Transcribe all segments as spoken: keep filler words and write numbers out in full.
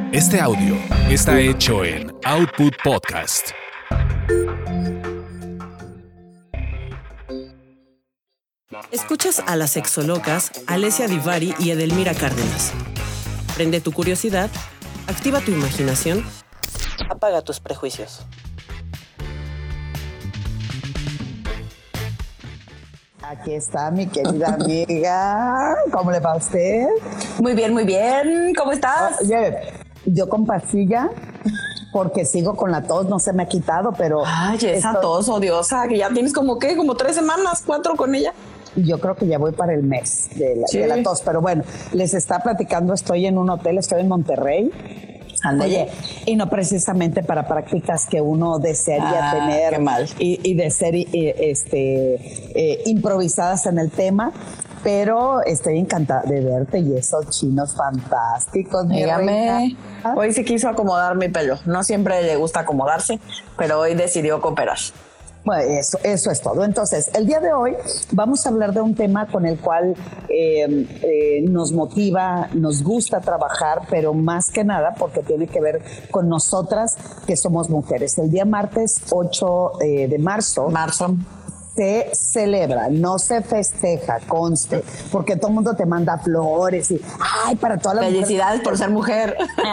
Este audio está hecho en Output Podcast. Escuchas a las sexolocas Alessia Divari y Edelmira Cárdenas. Prende tu curiosidad, activa tu imaginación, apaga tus prejuicios. Aquí está mi querida amiga. ¿Cómo le va a usted? Muy bien, muy bien. ¿Cómo estás? Oye, yo con pastilla, porque sigo con la tos, no se me ha quitado, pero... Ay, esa esto... tos odiosa, que ya tienes como, ¿qué? Como tres semanas, cuatro con ella. Yo creo que ya voy para el mes de la, sí. de la tos, pero bueno, les está platicando, estoy en un hotel, estoy en Monterrey. Oye, y no precisamente para prácticas que uno desearía ah, tener qué mal. Y, y de ser y, este, eh, improvisadas en el tema, pero estoy encantada de verte y esos chinos fantásticos. Dígame, hoy sí quiso acomodar mi pelo, no siempre le gusta acomodarse, pero hoy decidió cooperar. Bueno, eso, eso es todo. Entonces, el día de hoy vamos a hablar de un tema con el cual eh, eh, nos motiva, nos gusta trabajar, pero más que nada porque tiene que ver con nosotras que somos mujeres. El día martes ocho eh, de marzo... Marzo. Se celebra, no se festeja, conste, porque todo el mundo te manda flores y ay, para todas las felicidades mujeres, por ser mujer.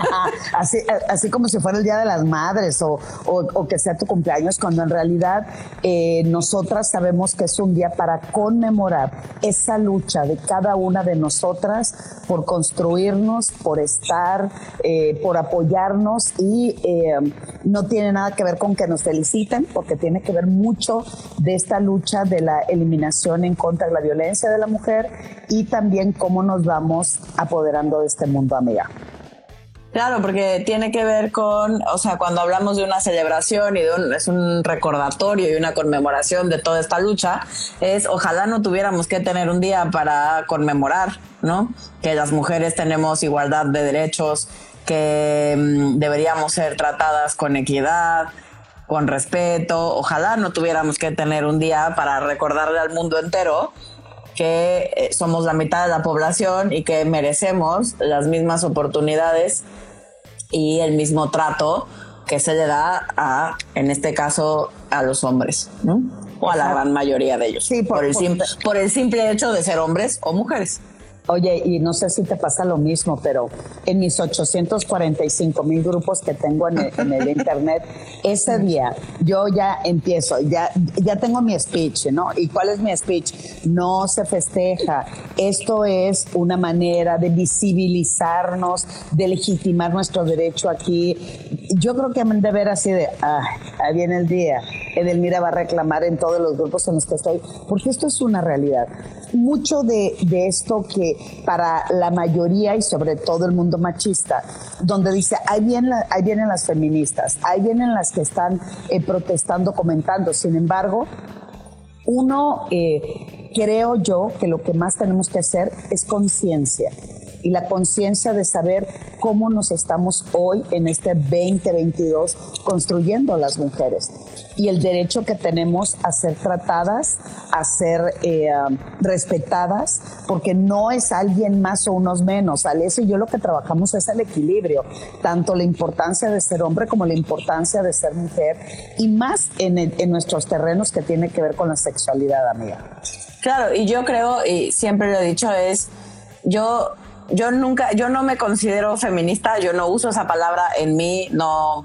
así, así como si fuera el Día de las Madres o, o, o que sea tu cumpleaños, cuando en realidad eh, nosotras sabemos que es un día para conmemorar esa lucha de cada una de nosotras por construirnos, por estar, eh, por apoyarnos y eh, no tiene nada que ver con que nos feliciten, porque tiene que ver mucho de esta lucha de la eliminación en contra de la violencia de la mujer y también cómo nos vamos apoderando de este mundo, amiga. Claro, porque tiene que ver con, o sea, cuando hablamos de una celebración y de un, es un recordatorio y una conmemoración de toda esta lucha, es ojalá no tuviéramos que tener un día para conmemorar, ¿no? Que las mujeres tenemos igualdad de derechos, que mmm, deberíamos ser tratadas con equidad, con respeto. Ojalá no tuviéramos que tener un día para recordarle al mundo entero que somos la mitad de la población y que merecemos las mismas oportunidades y el mismo trato que se le da a, en este caso, a los hombres, ¿no? O a la gran mayoría de ellos, sí, por, por, el por, sim- por el simple hecho de ser hombres o mujeres. Oye, y no sé si te pasa lo mismo, pero en mis ochocientos cuarenta y cinco mil grupos que tengo en el, en el internet, ese día yo ya empiezo, ya, ya tengo mi speech, ¿no? ¿Y cuál es mi speech? No se festeja. Esto es una manera de visibilizarnos, de legitimar nuestro derecho aquí. Yo creo que han de ver así de, ah, ahí viene el día. Edelmira va a reclamar en todos los grupos en los que estoy, porque esto es una realidad. Mucho de, de esto que para la mayoría y sobre todo el mundo machista, donde dice, ahí vienen, ahí vienen las feministas, ahí vienen las que están eh, protestando, comentando. Sin embargo, uno, eh, creo yo que lo que más tenemos que hacer es conciencia. Y la conciencia de saber cómo nos estamos hoy en este veinte veintidós construyendo las mujeres y el derecho que tenemos a ser tratadas, a ser eh, respetadas, porque no es alguien más o unos menos. Alessia y yo lo que trabajamos es el equilibrio, tanto la importancia de ser hombre como la importancia de ser mujer, y más en, el, en nuestros terrenos que tiene que ver con la sexualidad, amiga. Claro, y yo creo, y siempre lo he dicho, es yo... Yo nunca, yo no me considero feminista, yo no uso esa palabra en mí, no,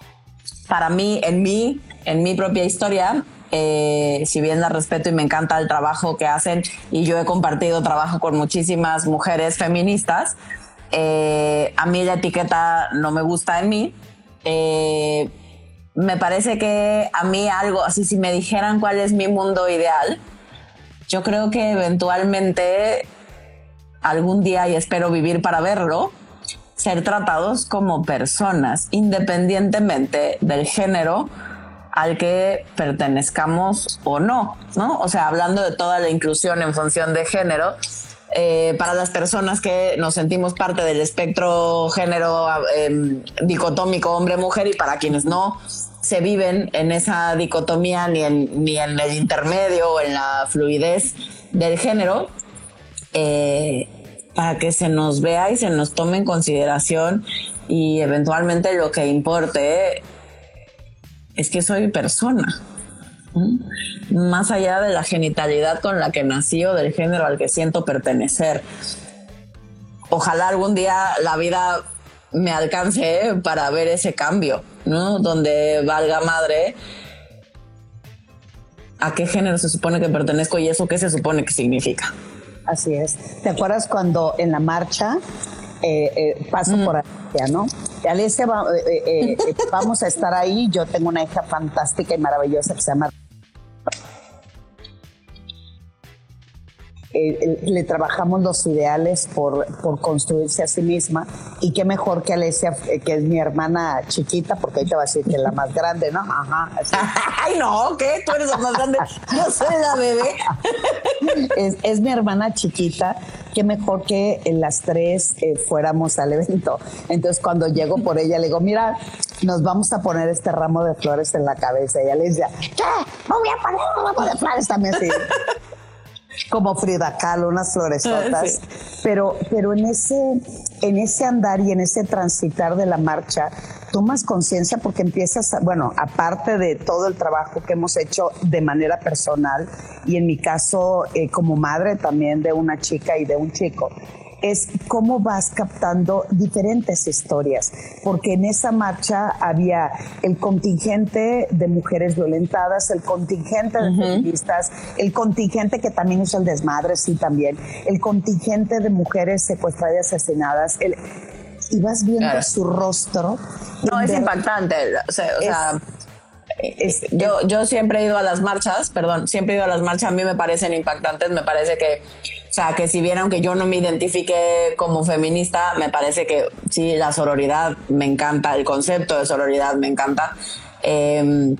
para mí, en mí, en mi propia historia, eh, si bien la respeto y me encanta el trabajo que hacen, y yo he compartido trabajo con muchísimas mujeres feministas, eh, a mí la etiqueta no me gusta en mí, eh, me parece que a mí algo, así si me dijeran cuál es mi mundo ideal, yo creo que eventualmente... algún día, y espero vivir para verlo, ser tratados como personas, independientemente del género al que pertenezcamos o no, ¿no? O sea, hablando de toda la inclusión en función de género, eh, para las personas que nos sentimos parte del espectro género eh, dicotómico hombre-mujer, y para quienes no se viven en esa dicotomía ni en, ni en el intermedio o en la fluidez del género, Eh, para que se nos vea y se nos tome en consideración, y eventualmente lo que importe es que soy persona, ¿Mm? más allá de la genitalidad con la que nací o del género al que siento pertenecer. Ojalá algún día la vida me alcance para ver ese cambio, ¿no? Donde valga madre a qué género se supone que pertenezco y eso qué se supone que significa. Así es. ¿Te acuerdas cuando en la marcha eh, eh, paso mm. por Alicia, ¿no? Alicia, va, eh, eh, eh, vamos a estar ahí. Yo tengo una hija fantástica y maravillosa que se llama... Eh, le trabajamos los ideales por, por construirse a sí misma, y qué mejor que Alesia, que es mi hermana chiquita, porque ahí te va a decir que es la más grande, ¿no? Ajá. Así. Ay, no, ¿qué? Tú eres la más grande. Yo soy la bebé. Es, es mi hermana chiquita. Qué mejor que en las tres eh, fuéramos al evento. Entonces, cuando llego por ella, le digo, mira, nos vamos a poner este ramo de flores en la cabeza. Y ella le dice, ¿qué? Me voy a poner un ramo de flores también así. Como Frida Kahlo, unas floresotas, sí. pero, pero en ese, en ese andar y en ese transitar de la marcha, tomas conciencia porque empiezas, a, bueno, aparte de todo el trabajo que hemos hecho de manera personal, y en mi caso eh, como madre también de una chica y de un chico, es cómo vas captando diferentes historias, porque en esa marcha había el contingente de mujeres violentadas, el contingente de uh-huh. feministas, el contingente que también es el desmadre, sí, también, el contingente de mujeres secuestradas y asesinadas, el, y vas viendo claro. su rostro. No, es ver, impactante, o sea... O es, sea Es, yo, yo siempre he ido a las marchas, perdón, siempre he ido a las marchas, a mí me parecen impactantes, me parece que, o sea, que si bien aunque yo no me identifique como feminista, me parece que sí, la sororidad me encanta, el concepto de sororidad me encanta, eh,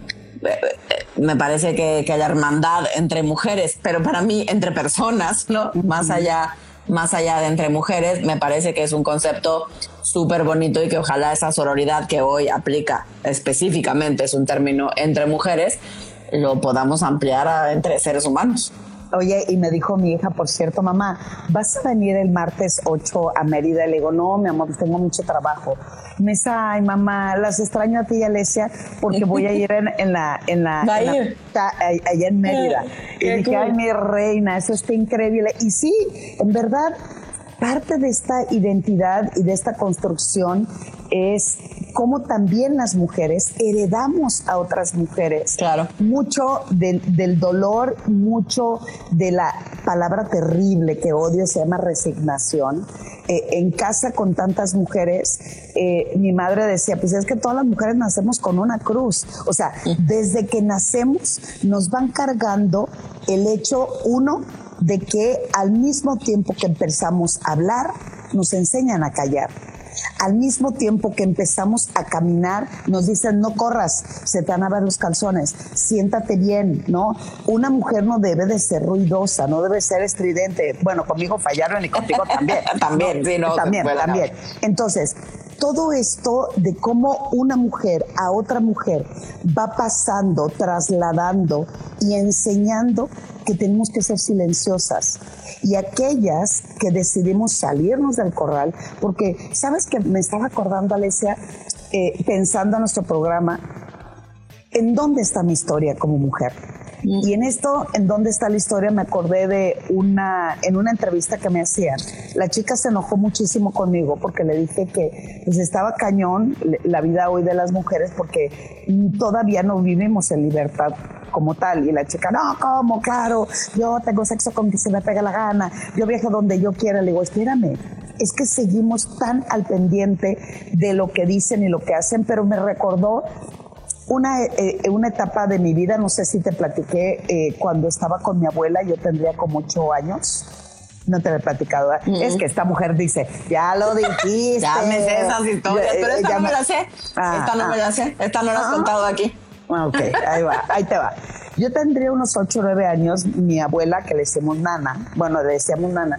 me parece que, que la hermandad entre mujeres, pero para mí entre personas, ¿no? Más allá, más allá de entre mujeres, me parece que es un concepto súper bonito, y que ojalá esa sororidad que hoy aplica específicamente, es un término entre mujeres, lo podamos ampliar a entre seres humanos. Oye, y me dijo mi hija, por cierto, mamá, ¿vas a venir el martes ocho a Mérida? Le digo, no, mi amor, tengo mucho trabajo. Me dice, ay, mamá, las extraño a ti y a Alesia porque voy a ir en, en la... En la, ¿Va en a ir? La, allá en Mérida. Qué y dije, cool. Ay, mi reina, eso está increíble. Y sí, en verdad, parte de esta identidad y de esta construcción es cómo también las mujeres heredamos a otras mujeres. Claro. Mucho del, del dolor, mucho de la palabra terrible que odio, se llama resignación. Eh, en casa con tantas mujeres, eh, mi madre decía, pues es que todas las mujeres nacemos con una cruz. O sea, desde que nacemos nos van cargando el hecho, uno, de que al mismo tiempo que empezamos a hablar, nos enseñan a callar. Al mismo tiempo que empezamos a caminar, nos dicen, no corras, se te van a ver los calzones, siéntate bien, ¿no? Una mujer no debe de ser ruidosa, no debe ser estridente. Bueno, conmigo fallaron y contigo también. también, sí, no. También, también. Entonces, todo esto de cómo una mujer a otra mujer va pasando, trasladando y enseñando que tenemos que ser silenciosas. Y aquellas que decidimos salirnos del corral, porque, ¿sabes qué? Me estaba acordando, Alesia, eh, pensando en nuestro programa, ¿en dónde está mi historia como mujer? Mm. Y en esto, ¿en dónde está la historia? Me acordé de una, en una entrevista que me hacían. La chica se enojó muchísimo conmigo porque le dije que pues, estaba cañón la vida hoy de las mujeres porque todavía no vivimos en libertad como tal. Y la chica, no, ¿cómo? Claro, yo tengo sexo con quien se me pega la gana, yo viajo donde yo quiera. Le digo, espérame, es que seguimos tan al pendiente de lo que dicen y lo que hacen, pero me recordó Una, eh, una etapa de mi vida, no sé si te platiqué, eh, cuando estaba con mi abuela, yo tendría como ocho años, no te lo he platicado, ¿eh? Mm-hmm. Es que esta mujer dice, ya lo dijiste. Ya me sé esas historias, yo, pero esta no me, me la sé, ah, esta no ah, me la sé, esta no la has ah, contado aquí. Ok, ahí va, ahí te va. Yo tendría unos ocho o nueve años, mi abuela, que le decíamos nana, bueno, le decíamos nana,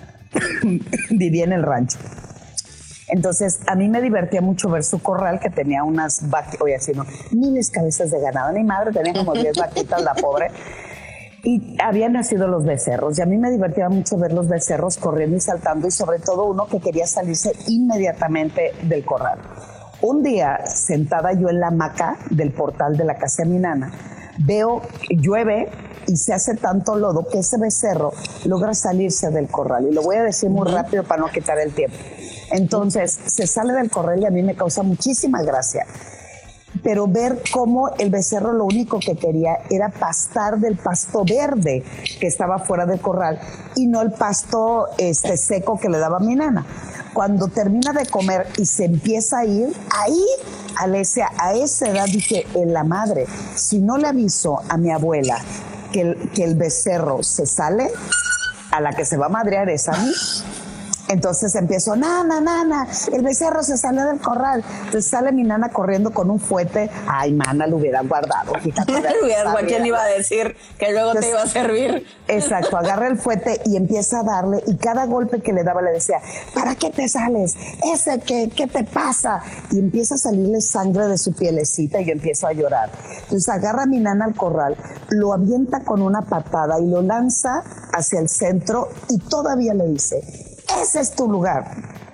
vivía en el rancho. Entonces, a mí me divertía mucho ver su corral, que tenía unas vaquitas, oye, así no, miles cabezas de ganado. Mi madre tenía como diez vaquitas, la pobre. Y habían nacido los becerros y a mí me divertía mucho ver los becerros corriendo y saltando y sobre todo uno que quería salirse inmediatamente del corral. Un día, sentada yo en la hamaca del portal de la casa de mi nana, veo que llueve y se hace tanto lodo que ese becerro logra salirse del corral. Y lo voy a decir muy rápido para no quitar el tiempo. Entonces, se sale del corral y a mí me causa muchísima gracia. Pero ver cómo el becerro lo único que quería era pastar del pasto verde que estaba fuera del corral y no el pasto este, seco que le daba mi nana. Cuando termina de comer y se empieza a ir, ahí, Alesia, a esa edad dije, en la madre, si no le aviso a mi abuela que el, que el becerro se sale, a la que se va a madrear es a mí. Entonces empiezo, nana, nana, el becerro se salió del corral. Entonces sale mi nana corriendo con un fuete. Ay, mana, lo hubiera guardado. Fíjate, ¿quién iba a decir que luego Entonces, te iba a servir? Exacto, agarra el fuete y empieza a darle. Y cada golpe que le daba le decía, ¿para qué te sales? Ese, ¿qué, qué te pasa? Y empieza a salirle sangre de su pielecita y yo empiezo a llorar. Entonces agarra a mi nana al corral, lo avienta con una patada y lo lanza hacia el centro y todavía le dice, ese es tu lugar.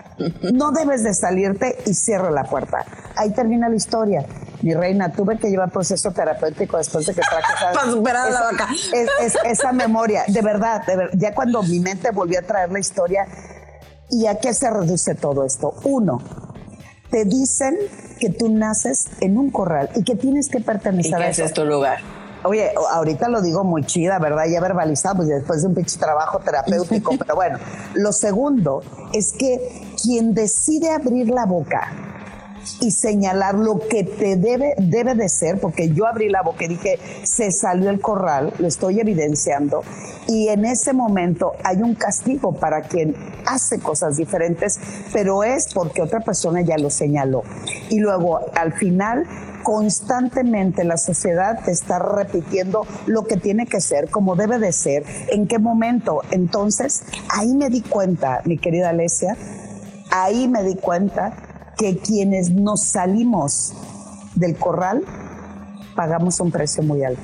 No debes de salirte y cierra la puerta. Ahí termina la historia. Mi reina, tuve que llevar proceso terapéutico después de que traje esa, para superar esa, la vaca. Es, es, esa memoria. De verdad, de ver, ya cuando mi mente volvió a traer la historia. ¿Y a qué se reduce todo esto? Uno, te dicen que tú naces en un corral y que tienes que pertenecer y que a ese eso. es tu lugar. Oye, ahorita lo digo muy chida, ¿verdad? Ya verbalizado, pues después de un pinche trabajo terapéutico. Pero bueno, lo segundo es que quien decide abrir la boca y señalar lo que te debe, debe de ser, porque yo abrí la boca y dije, se salió el corral, lo estoy evidenciando, y en ese momento hay un castigo para quien hace cosas diferentes, pero es porque otra persona ya lo señaló. Y luego, al final, constantemente la sociedad te está repitiendo lo que tiene que ser, como debe de ser, en qué momento. Entonces, ahí me di cuenta, mi querida Alesia, ahí me di cuenta que quienes nos salimos del corral pagamos un precio muy alto.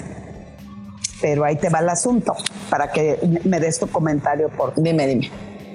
Pero ahí te va el asunto, para que me des tu comentario. Por Dime, dime.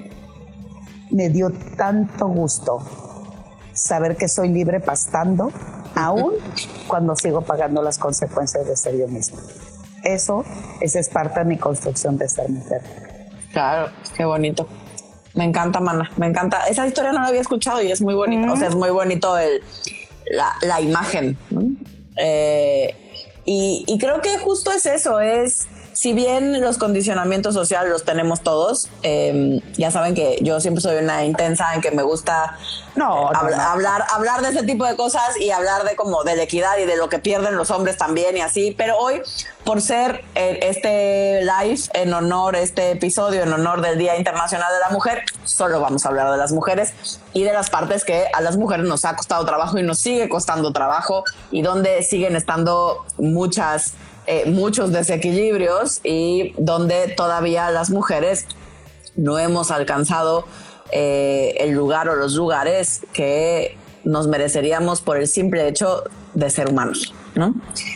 Me dio tanto gusto saber que soy libre pastando, aún cuando sigo pagando las consecuencias de ser yo misma. Eso, esa es parte de mi construcción de ser mujer. Claro, qué bonito. Me encanta, mana, me encanta. Esa historia no la había escuchado y es muy bonito. Mm. O sea, es muy bonito el, la, la imagen. Mm. Eh, y, y creo que justo es eso, es... Si bien los condicionamientos sociales los tenemos todos, eh, ya saben que yo siempre soy una intensa en que me gusta no, eh, no, habla, no. hablar hablar de ese tipo de cosas y hablar de como de la equidad y de lo que pierden los hombres también y así. Pero hoy, por ser eh, este live en honor, este episodio en honor del Día Internacional de la Mujer, solo vamos a hablar de las mujeres y de las partes que a las mujeres nos ha costado trabajo y nos sigue costando trabajo y donde siguen estando muchas... Eh, muchos desequilibrios y donde todavía las mujeres no hemos alcanzado eh, el lugar o los lugares que nos mereceríamos por el simple hecho de ser humanos, ¿no?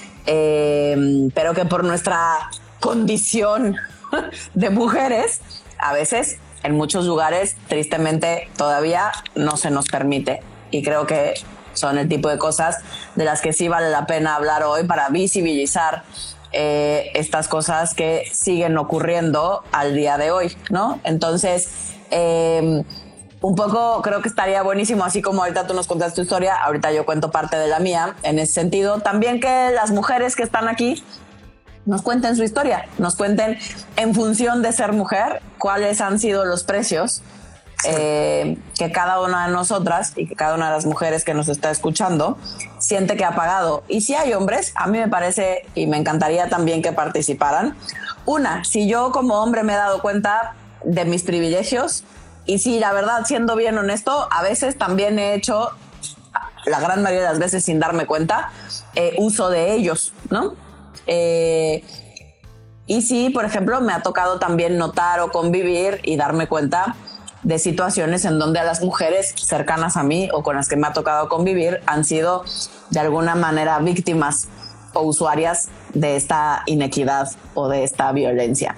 Eh, pero que por nuestra condición de mujeres, a veces en muchos lugares tristemente todavía no se nos permite, y creo que son el tipo de cosas de las que sí vale la pena hablar hoy para visibilizar eh, estas cosas que siguen ocurriendo al día de hoy, ¿no? Entonces, eh, un poco creo que estaría buenísimo, así como ahorita tú nos contaste tu historia, ahorita yo cuento parte de la mía, en ese sentido, también que las mujeres que están aquí nos cuenten su historia, nos cuenten en función de ser mujer, cuáles han sido los precios Eh, que cada una de nosotras y que cada una de las mujeres que nos está escuchando siente que ha pagado. Y si hay hombres, a mí me parece y me encantaría también que participaran. Una, si yo como hombre me he dado cuenta de mis privilegios, y si la verdad, siendo bien honesto, a veces también he hecho, la gran mayoría de las veces sin darme cuenta, eh, uso de ellos, ¿no? Eh, y si, por ejemplo, me ha tocado también notar o convivir y darme cuenta de situaciones en donde a las mujeres cercanas a mí o con las que me ha tocado convivir han sido de alguna manera víctimas o usuarias de esta inequidad o de esta violencia.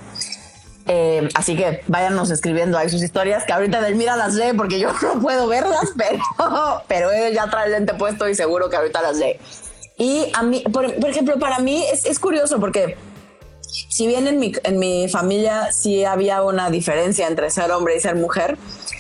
Eh, así que váyanos escribiendo ahí sus historias, que ahorita Edelmira las lee porque yo no puedo verlas, pero, pero él ya trae el lente puesto y seguro que ahorita las lee. Y a mí, por, por ejemplo, para mí es, es curioso porque si bien en mi, en mi familia sí había una diferencia entre ser hombre y ser mujer,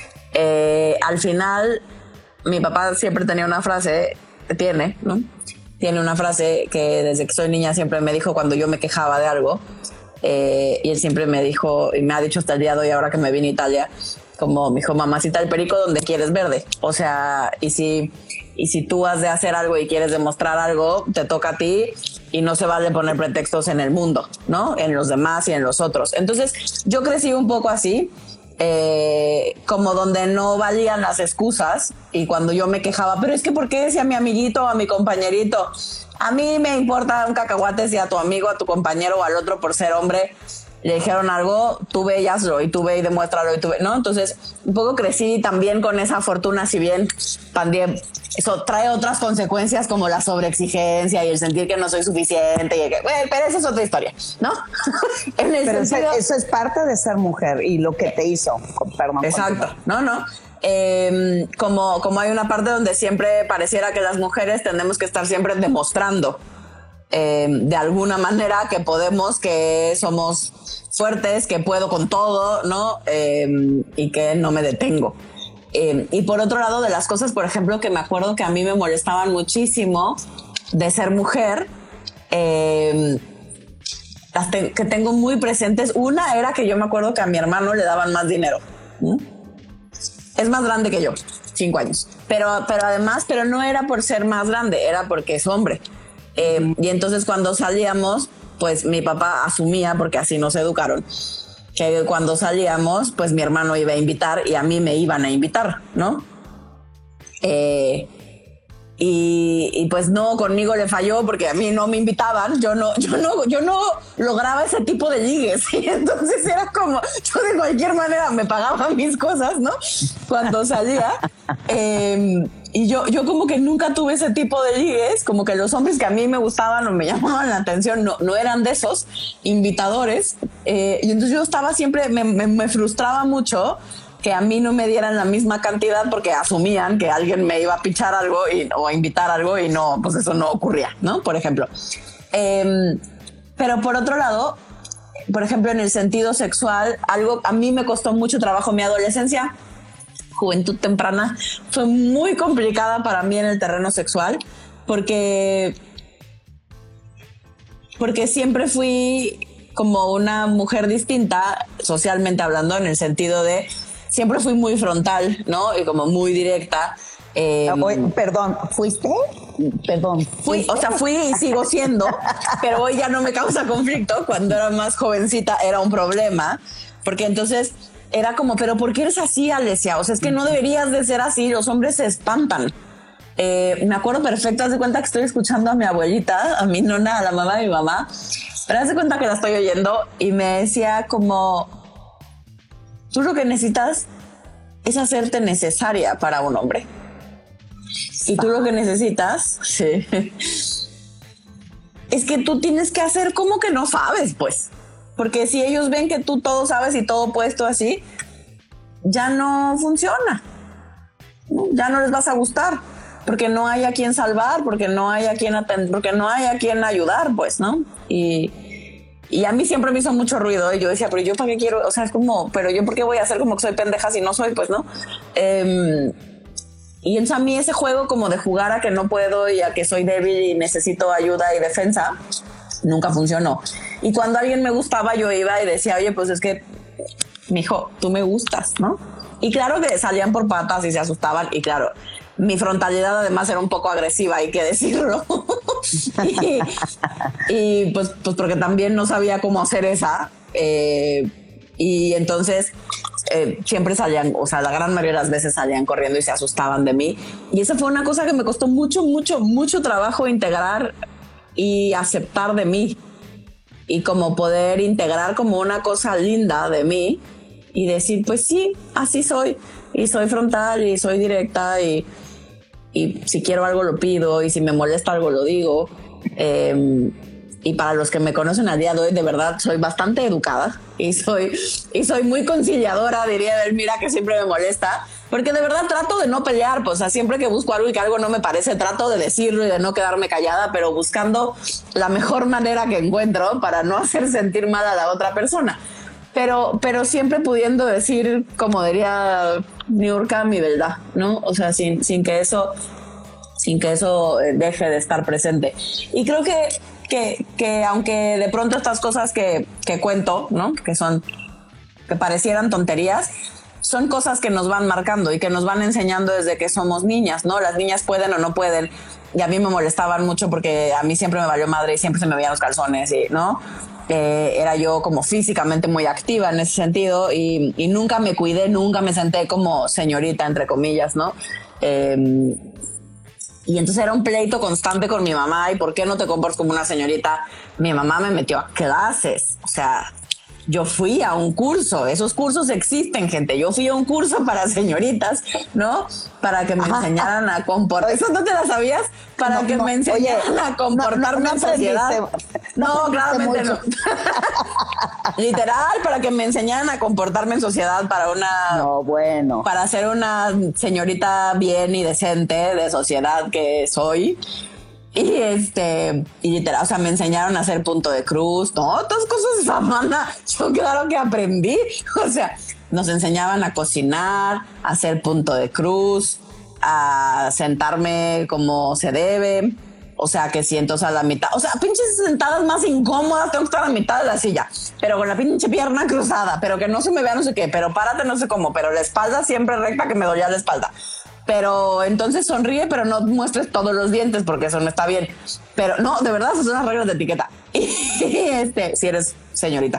eh, al final mi papá siempre tenía una frase, tiene, ¿no? Tiene una frase que desde que soy niña siempre me dijo cuando yo me quejaba de algo. Eh, y él siempre me dijo, y me ha dicho hasta el día de hoy, ahora que me vine a Italia, como me dijo, mamacita, el perico donde quieres verde. O sea, y si, y si tú has de hacer algo y quieres demostrar algo, te toca a ti y no se vale poner pretextos en el mundo, ¿no? En los demás y en los otros. Entonces, yo crecí un poco así, eh, como donde no valían las excusas, y cuando yo me quejaba, pero es que ¿por qué decía a mi amiguito o a mi compañerito? A mí me importa un cacahuate si a tu amigo, a tu compañero o al otro por ser hombre le dijeron algo, tú ve y hazlo, y tú ve y demuéstralo, y tú ve, ¿no? Entonces, un poco crecí también con esa fortuna, si bien también eso trae otras consecuencias como la sobreexigencia y el sentir que no soy suficiente, y que, bueno, pero esa es otra historia, ¿no? En el pero sentido, eso, eso es parte de ser mujer y lo que te hizo. Perdón, exacto, no, no. Eh, como, como hay una parte donde siempre pareciera que las mujeres tenemos que estar siempre demostrando eh, de alguna manera que podemos, que somos fuertes, que puedo con todo, ¿no? Eh, y que no me detengo. Eh, y por otro lado, de las cosas, por ejemplo, que me acuerdo que a mí me molestaban muchísimo de ser mujer, eh, las te- que tengo muy presentes. Una era que yo me acuerdo que a mi hermano le daban más dinero, ¿no? Es más grande que yo, cinco años. Pero, pero además, pero no era por ser más grande, era porque es hombre. Eh, y entonces cuando salíamos, pues mi papá asumía, porque así nos educaron, que cuando salíamos, pues mi hermano iba a invitar y a mí me iban a invitar, ¿no? Eh, y, y pues no, conmigo le falló porque a mí no me invitaban, yo no, yo no, yo no lograba ese tipo de ligues, y entonces era como, yo de cualquier manera me pagaba mis cosas, ¿no? Cuando salía, eh, y yo, yo como que nunca tuve ese tipo de ligues, como que los hombres que a mí me gustaban o me llamaban la atención no, no eran de esos invitadores, eh, y entonces yo estaba siempre, me, me, me frustraba mucho que a mí no me dieran la misma cantidad porque asumían que alguien me iba a pichar algo y, o a invitar algo, y no, pues eso no ocurría, ¿no? Por ejemplo. Eh, pero por otro lado, por ejemplo, en el sentido sexual, algo a mí me costó mucho trabajo. Mi adolescencia, juventud temprana, fue muy complicada para mí en el terreno sexual porque, porque siempre fui como una mujer distinta, socialmente hablando, en el sentido de siempre fui muy frontal, ¿no? Y como muy directa. Eh, Hoy, perdón, ¿fuiste? Perdón. Fui, ¿fuiste? o sea, fui y sigo siendo, pero hoy ya no me causa conflicto. Cuando era más jovencita era un problema, porque entonces era como, pero ¿por qué eres así, Alesia? O sea, es que no deberías de ser así, los hombres se espantan. Eh, me acuerdo perfecto, haz de cuenta que estoy escuchando a mi abuelita, a mi nona, a la mamá de mi mamá, pero haz de cuenta que la estoy oyendo y me decía como, tú lo que necesitas es hacerte necesaria para un hombre. Y tú lo que necesitas, sí, es que tú tienes que hacer como que no sabes, pues. Porque si ellos ven que tú todo sabes y todo puesto así, ya no funciona. Ya no les vas a gustar. Porque no hay a quien salvar, porque no hay a quien atender, porque no hay a quien ayudar, pues, ¿no? Y, y a mí siempre me hizo mucho ruido. Y yo decía, pero yo para qué quiero, o sea, es como, pero yo por qué voy a hacer como que soy pendeja si no soy, pues, ¿no? Eh, y entonces a mí ese juego como de jugar a que no puedo y a que soy débil y necesito ayuda y defensa, nunca funcionó. Y cuando alguien me gustaba, yo iba y decía, oye, pues es que, mijo, tú me gustas, ¿no? Y claro que salían por patas y se asustaban. Y claro, mi frontalidad además era un poco agresiva, hay que decirlo. y, y pues, pues porque también no sabía cómo hacer esa. Eh, y entonces eh, siempre salían, o sea, la gran mayoría de las veces salían corriendo y se asustaban de mí. Y esa fue una cosa que me costó mucho, mucho, mucho trabajo integrar y aceptar de mí. Y como poder integrar como una cosa linda de mí y decir, pues sí, así soy. Y soy frontal y soy directa y, y si quiero algo lo pido y si me molesta algo lo digo. Eh, y para los que me conocen al día de hoy, de verdad, soy bastante educada y soy, y soy muy conciliadora, diría Edelmira, que siempre me molesta, porque de verdad trato de no pelear, pues, o sea, siempre que busco algo y que algo no me parece, trato de decirlo y de no quedarme callada, pero buscando la mejor manera que encuentro para no hacer sentir mal a la otra persona. Pero, pero siempre pudiendo decir, como diría Niurka, mi verdad, ¿no? O sea, sin, sin que eso, sin que eso deje de estar presente. Y creo que, que, que aunque de pronto estas cosas que, que cuento, ¿no? Que son, que parecieran tonterías, son cosas que nos van marcando y que nos van enseñando desde que somos niñas, ¿no? Las niñas pueden o no pueden. Y a mí me molestaban mucho porque a mí siempre me valió madre y siempre se me veían los calzones, y, ¿no? Eh, era yo como físicamente muy activa en ese sentido y, y nunca me cuidé, nunca me senté como señorita, entre comillas, ¿no? Eh, y entonces era un pleito constante con mi mamá, ¿y por qué no te comportas como una señorita? Mi mamá me metió a clases, o sea, yo fui a un curso, esos cursos existen, gente, yo fui a un curso para señoritas, ¿no? Para que me Ajá. enseñaran a comportar. ¿Eso no te la sabías? Para no, que no, me enseñaran oye, a comportarme no, no, no en sociedad. No, no claramente mucho. no. Literal, para que me enseñaran a comportarme en sociedad para una... No, bueno. Para ser una señorita bien y decente de sociedad que soy. Y este, y literal, o sea, me enseñaron a hacer punto de cruz, no, otras cosas de esa mana, yo claro que aprendí, o sea, nos enseñaban a cocinar, a hacer punto de cruz, a sentarme como se debe, o sea, que sientos a la mitad, o sea, pinches sentadas más incómodas, tengo que estar a la mitad de la silla, pero con la pinche pierna cruzada, pero que no se me vea no sé qué, pero párate no sé cómo, pero la espalda siempre recta, que me dolía la espalda. Pero entonces sonríe, pero no muestres todos los dientes porque eso no está bien. Pero no, de verdad, esas son las reglas de etiqueta. Y este, si eres señorita.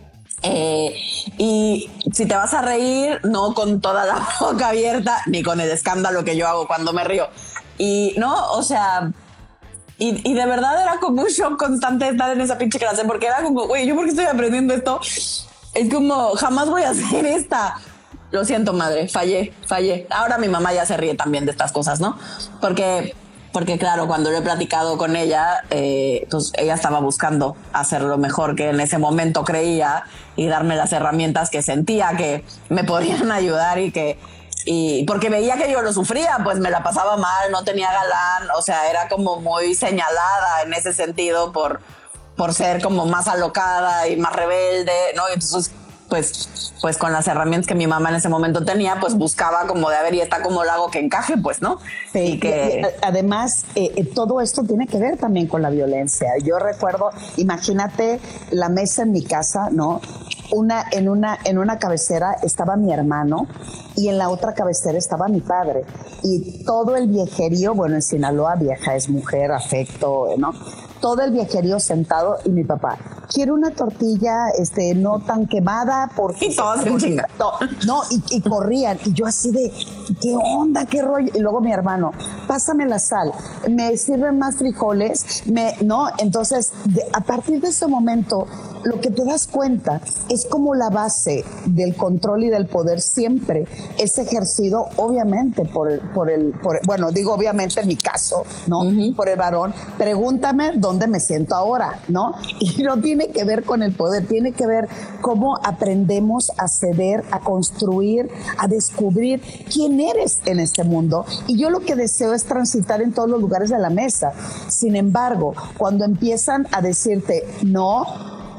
Eh, y si te vas a reír, no con toda la boca abierta, ni con el escándalo que yo hago cuando me río. Y no, o sea, y, y de verdad era como un shock constante estar en esa pinche clase, porque era como, güey, ¿yo por qué estoy aprendiendo esto? Es como, jamás voy a hacer esta. Lo siento, madre, fallé, fallé. Ahora mi mamá ya se ríe también de estas cosas, ¿no? Porque, porque claro, cuando lo he platicado con ella, eh, pues ella estaba buscando hacer lo mejor que en ese momento creía y darme las herramientas que sentía que me podían ayudar y que... Y porque veía que yo lo sufría, pues me la pasaba mal, no tenía galán, o sea, era como muy señalada en ese sentido por, por ser como más alocada y más rebelde, ¿no? Y entonces... Pues, pues con las herramientas que mi mamá en ese momento tenía, pues buscaba como de, a ver, y está como lo hago que encaje, pues, ¿no? Sí, y que... y, además, eh, todo esto tiene que ver también con la violencia. Yo recuerdo, imagínate la mesa en mi casa, ¿no? Una, en, una, en una cabecera estaba mi hermano y en la otra cabecera estaba mi padre. Y todo el viejerío, bueno, en Sinaloa vieja es mujer, afecto, ¿no? Todo el viejerío sentado y mi papá, quiero una tortilla este, no tan quemada porque... Y todos en chinga. No, no y, y corrían. Y yo así de, ¿qué onda? ¿Qué rollo? Y luego mi hermano, pásame la sal. Me sirven más frijoles. Me, no, entonces, de, a partir de ese momento, lo que te das cuenta es como la base del control y del poder siempre es ejercido, obviamente, por el... Por el por, bueno, digo obviamente en mi caso, ¿no? Uh-huh. Por el varón. Pregúntame dónde me siento ahora, ¿no? Y no tiene que ver con el poder, tiene que ver cómo aprendemos a ceder, a construir, a descubrir quién eres en este mundo. Y yo lo que deseo es transitar en todos los lugares de la mesa. Sin embargo, cuando empiezan a decirte no,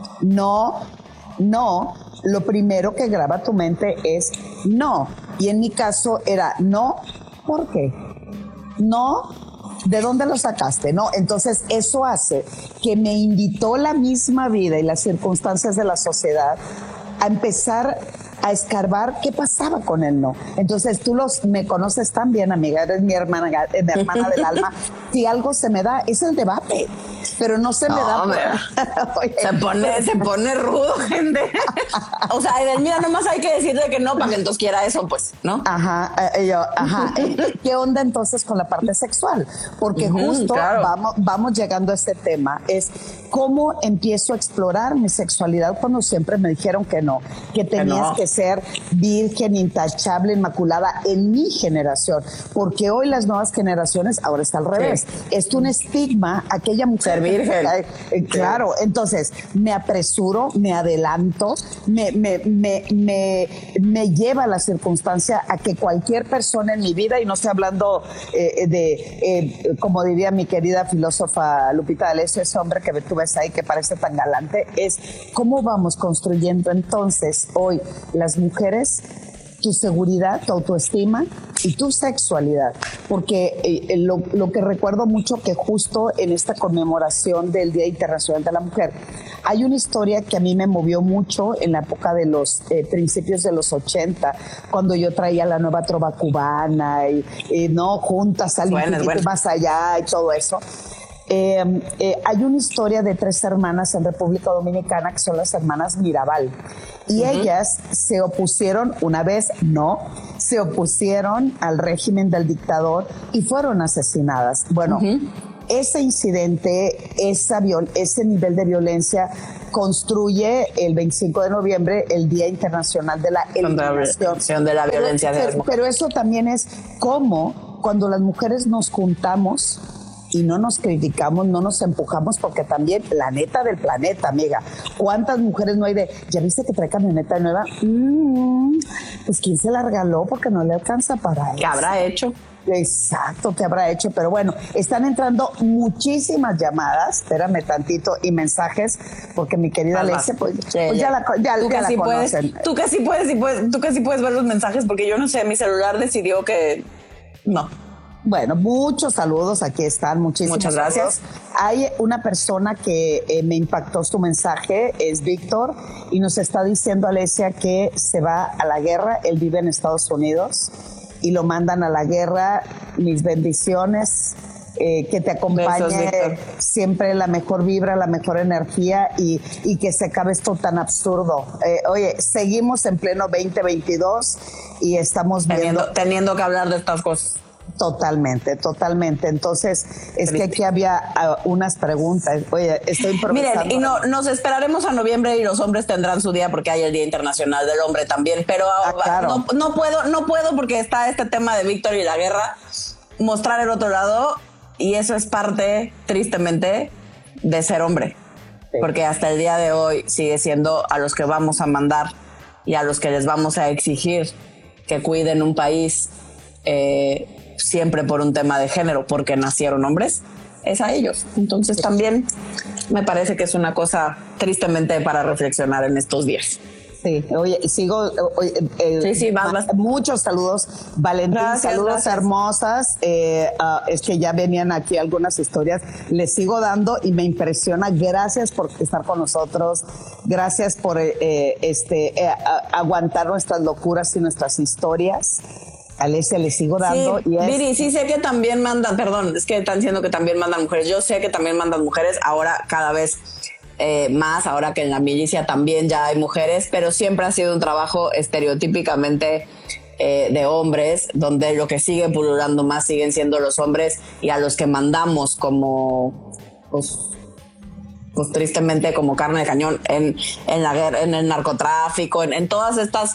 no, no, lo primero que graba tu mente es no. Y en mi caso era no, ¿por qué? No, ¿de dónde lo sacaste? No, entonces eso hace que me invitó la misma vida y las circunstancias de la sociedad a empezar a escarbar qué pasaba con el no. Entonces tú los me conoces tan bien, amiga, eres mi hermana, mi hermana del alma. Si algo se me da, es el debate, pero no se me no, da. Oye, se pone, se pone rudo, gente. O sea, mira, nomás hay que decirle que no para que entonces quiera eso, pues, ¿no? Ajá, eh, yo, ajá. ¿Qué onda entonces con la parte sexual? Porque uh-huh, justo claro. vamos, vamos llegando a este tema, es cómo empiezo a explorar mi sexualidad cuando siempre me dijeron que no, que tenías que, no. que ser virgen, intachable, inmaculada en mi generación, porque hoy las nuevas generaciones, ahora está al revés, sí. Es un estigma aquella mujer. Ser virgen. Eh, claro, entonces me apresuro, me adelanto, me, me, me, me, me lleva la circunstancia a que cualquier persona en mi vida, y no estoy hablando eh, de, eh, como diría mi querida filósofa Lupita D'Alessio, ese hombre que tú ves ahí que parece tan galante, es cómo vamos construyendo entonces hoy las mujeres tu seguridad, tu autoestima y tu sexualidad, porque eh, lo, lo que recuerdo mucho que justo en esta conmemoración del Día Internacional de la Mujer hay una historia que a mí me movió mucho en la época de los eh, principios de los ochenta, cuando yo traía la nueva trova cubana y, y no juntas al bueno, infinito bueno. más allá y todo eso. Eh, eh, hay una historia de tres hermanas en República Dominicana que son las hermanas Mirabal y uh-huh. ellas se opusieron una vez, no, se opusieron al régimen del dictador y fueron asesinadas. Bueno, uh-huh. ese incidente, esa viol- ese nivel de violencia construye el veinticinco de noviembre el Día Internacional de la Eliminación de la Violencia pero, de las pero, Mujeres. pero eso también es cómo cuando las mujeres nos juntamos y no nos criticamos, no nos empujamos, porque también la neta del planeta, amiga, ¿cuántas mujeres no hay de, ya viste que trae camioneta nueva? Mm, pues ¿quién se la regaló? Porque no le alcanza para eso. ¿Qué habrá hecho? Exacto, ¿qué habrá hecho? Pero bueno, están entrando muchísimas llamadas, espérame tantito, y mensajes, porque mi querida Alesia, pues, sí, pues ya, ya la, ya, tú ya que la sí conocen. Puedes, tú que sí puedes, sí puedes, tú que sí puedes ver los mensajes, porque yo no sé, mi celular decidió que no. Bueno, muchos saludos, aquí están, muchísimas Muchas gracias. Saludos. Hay una persona que eh, me impactó su mensaje, es Víctor, y nos está diciendo, Alesia, que se va a la guerra, él vive en Estados Unidos, y lo mandan a la guerra, mis bendiciones, eh, que te acompañe Besos, siempre la mejor vibra, la mejor energía, y, y que se acabe esto tan absurdo. Eh, oye, seguimos en pleno veinte veintidós y estamos viendo... Teniendo, teniendo que hablar de estas cosas. Totalmente, totalmente. Entonces, es que aquí había uh, unas preguntas. Oye, estoy improvisando. Miren, y no, nos esperaremos a noviembre y los hombres tendrán su día porque hay el Día Internacional del Hombre también, pero ah, claro. no, no puedo, no puedo porque está este tema de Víctor y la guerra, mostrar el otro lado, y eso es parte, tristemente, de ser hombre. Sí. Porque hasta el día de hoy sigue siendo a los que vamos a mandar y a los que les vamos a exigir que cuiden un país eh, siempre por un tema de género, porque nacieron hombres, es a ellos. Entonces también me parece que es una cosa tristemente para reflexionar en estos días. Sí, oye, sigo. Oye, eh, sí, sí, vas, vas. Muchos saludos, Valentín, gracias, saludos gracias. Hermosas. Eh, uh, es que ya venían aquí algunas historias, les sigo dando y me impresiona. Gracias por estar con nosotros, gracias por eh, este eh, a, aguantar nuestras locuras y nuestras historias. Alesia, le sigo dando. Sí, y es... Viri, sí sé que también mandan, perdón, es que están diciendo que también mandan mujeres. Yo sé que también mandan mujeres, ahora cada vez eh, más, ahora que en la milicia también ya hay mujeres, pero siempre ha sido un trabajo estereotípicamente eh, de hombres, donde lo que sigue pululando más siguen siendo los hombres, y a los que mandamos como, pues, pues tristemente como carne de cañón en, en la guerra, en el narcotráfico, en, en todas estas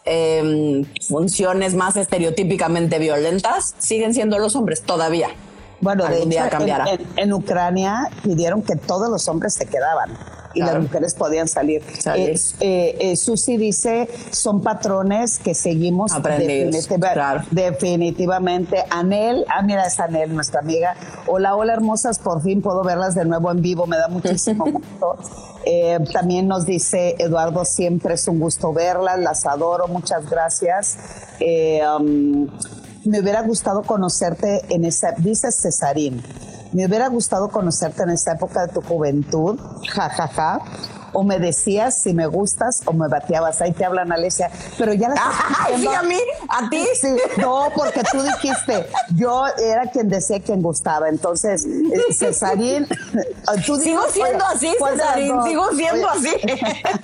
Eh, funciones más estereotípicamente violentas, siguen siendo los hombres todavía. Bueno, de Algún hecho, día cambiará. En, en, en Ucrania pidieron que todos los hombres se quedaban y claro. las mujeres podían salir. salir. Eh, eh, eh, Susi dice, son patrones que seguimos definitiva, claro. definitivamente. Anel, ah, mira, es Anel, nuestra amiga. Hola, hola, hermosas, por fin puedo verlas de nuevo en vivo, me da muchísimo gusto. Eh, también nos dice Eduardo, siempre es un gusto verlas, las adoro, muchas gracias. Eh, um, me hubiera gustado conocerte en esa, dice Cesarín, me hubiera gustado conocerte en esa época de tu juventud, jajaja, ja, ja. O me decías si me gustas o me bateabas. Ahí te hablan, Alesia. Pero ya la Ay, sí, a mí, a ti. Sí, no, porque tú dijiste, yo era quien decía quien gustaba. Entonces, eh, Cesarín, tú dijiste, sigo siendo oye, así, Cesarín, no, sigo siendo oye, así.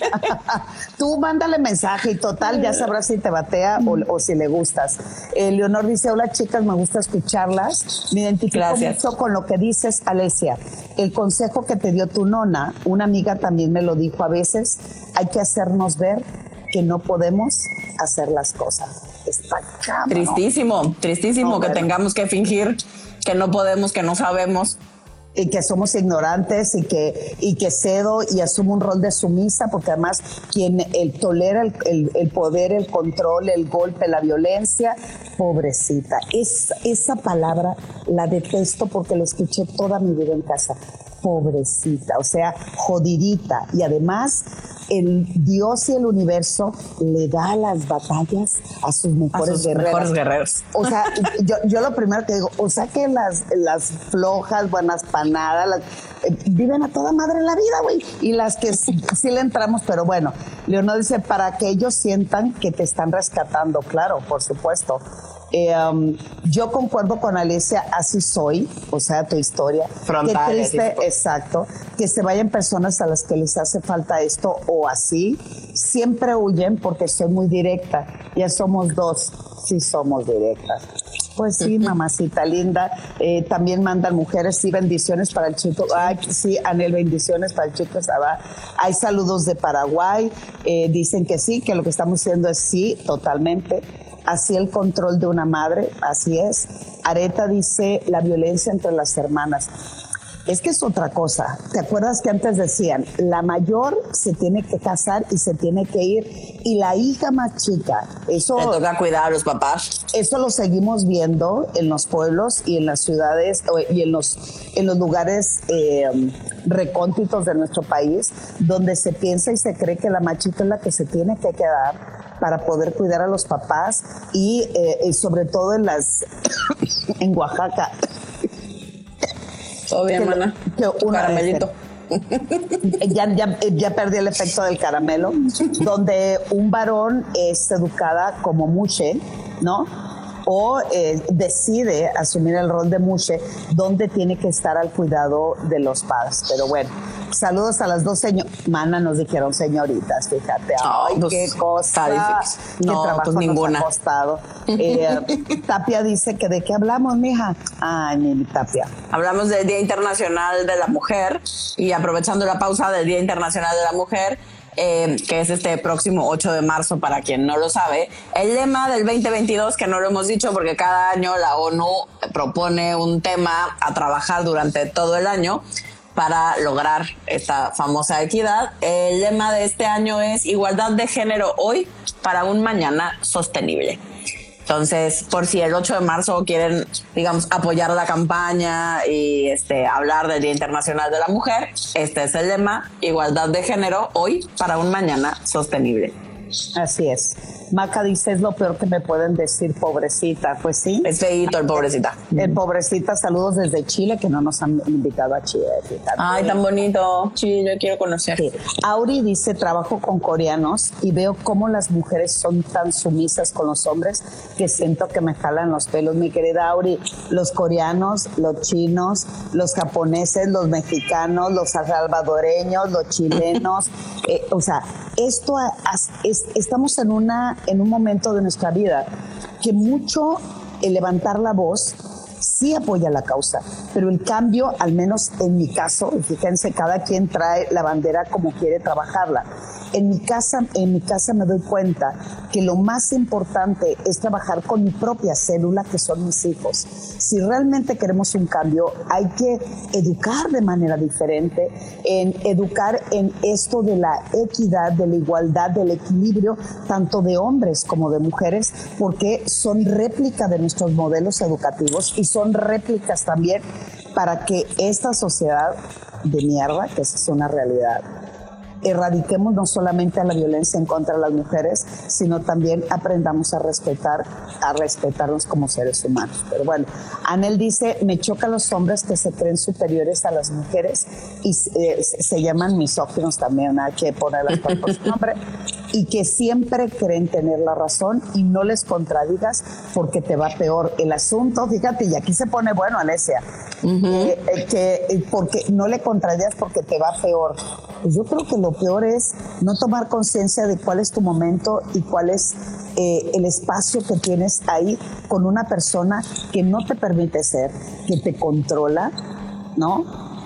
Tú mándale mensaje y total, ya sabrás si te batea o, o si le gustas. Eh, Leonor dice, hola chicas, me gusta escucharlas. Me identifico Gracias. mucho con lo que dices, Alesia. El consejo que te dio tu nona, una amiga también me lo dijo a veces, hay que hacernos ver que no podemos hacer las cosas. Está cabrón. Tristísimo, tristísimo no, que bueno. tengamos que fingir que no podemos, que no sabemos. Y que somos ignorantes y que, y que cedo y asumo un rol de sumisa, porque además quien el, tolera el, el, el poder, el control, el golpe, la violencia, pobrecita. Es, esa palabra la detesto porque la escuché toda mi vida en casa. Pobrecita, o sea, jodidita. Y además el Dios y el universo le da las batallas a sus mejores, a sus guerreros. mejores guerreros. O sea, yo, yo lo primero que digo, o sea que las, las flojas, buenas panadas, las, eh, viven a toda madre en la vida, güey. Y las que sí, sí le entramos, pero bueno, Leonor dice, para que ellos sientan que te están rescatando, claro, por supuesto. Eh, um, yo concuerdo con Alicia, así soy, o sea, tu historia. Frontal. Qué triste, exacto, que se vayan personas a las que les hace falta esto o así. Siempre huyen porque soy muy directa. Ya somos dos, sí somos directas. Pues sí, mamacita linda. Eh, también mandan mujeres, sí, bendiciones para el chico. Ay, sí, Anel, bendiciones para el chico Sabá. Hay saludos de Paraguay. Eh, dicen que sí, que lo que estamos haciendo es sí, totalmente. Así el control de una madre, así es. Areta dice la violencia entre las hermanas. Es que es otra cosa. ¿Te acuerdas que antes decían, la mayor se tiene que casar y se tiene que ir y la hija más chica? Eso le toca cuidar a los papás. Eso lo seguimos viendo en los pueblos y en las ciudades y en los, en los lugares eh, recónditos de nuestro país, donde se piensa y se cree que la más chica es la que se tiene que quedar para poder cuidar a los papás y, eh, y sobre todo en las en Oaxaca. Todo bien, hermana. Un caramelito. ya, ya, ya perdí el efecto del caramelo. Donde un varón es educada como muche, ¿no? O eh, decide asumir el rol de muche, donde tiene que estar al cuidado de los padres. Pero bueno, saludos a las dos señoritas. Mana, nos dijeron señoritas, fíjate. Ay, oh, pues, qué cosa. Qué no, trabajo pues ninguna. Nos ha costado. Eh, Tapia dice que de qué hablamos, mija. Ay, mi Tapia. Hablamos del Día Internacional de la Mujer y aprovechando la pausa del Día Internacional de la Mujer, Eh, que es este próximo ocho de marzo, para quien no lo sabe. El lema del veinte veintidós, que no lo hemos dicho porque cada año la ONU propone un tema a trabajar durante todo el año para lograr esta famosa equidad. El lema de este año es igualdad de género hoy para un mañana sostenible. Entonces, por si el ocho de marzo quieren, digamos, apoyar la campaña y este, hablar del Día Internacional de la Mujer, este es el lema, igualdad de género hoy para un mañana sostenible. Así es. Maca dice, es lo peor que me pueden decir, pobrecita. Pues sí. Es feíto el pobrecita. El pobrecita, saludos desde Chile, que no nos han invitado a Chile. Fíjate. Ay, tan bonito. Chile, yo quiero conocer. Sí. Auri dice, trabajo con coreanos y veo cómo las mujeres son tan sumisas con los hombres que siento que me jalan los pelos. Mi querida Auri, los coreanos, los chinos, los japoneses, los mexicanos, los salvadoreños, los chilenos, eh, o sea, esto es, estamos en una en un momento de nuestra vida que mucho el levantar la voz sí apoya la causa, pero el cambio, al menos en mi caso, fíjense, cada quien trae la bandera como quiere trabajarla. En mi casa, en mi casa me doy cuenta que lo más importante es trabajar con mi propia célula, que son mis hijos. Si realmente queremos un cambio, hay que educar de manera diferente, en educar en esto de la equidad, de la igualdad, del equilibrio, tanto de hombres como de mujeres, porque son réplica de nuestros modelos educativos y son réplicas también para que esta sociedad de mierda, que esa es una realidad, erradiquemos no solamente a la violencia en contra de las mujeres, sino también aprendamos a respetar, a respetarnos como seres humanos. Pero bueno, Anel dice, me chocan los hombres que se creen superiores a las mujeres y eh, se llaman misóginos también, hay que ponerlas por su nombre, y que siempre creen tener la razón y no les contradigas porque te va peor. El asunto, fíjate, y aquí se pone bueno, Alesia, uh-huh. eh, eh, que eh, porque no le contradigas porque te va peor. Pues yo creo que lo peor es no tomar conciencia de cuál es tu momento y cuál es eh, el espacio que tienes ahí con una persona que no te permite ser, que te controla, ¿no?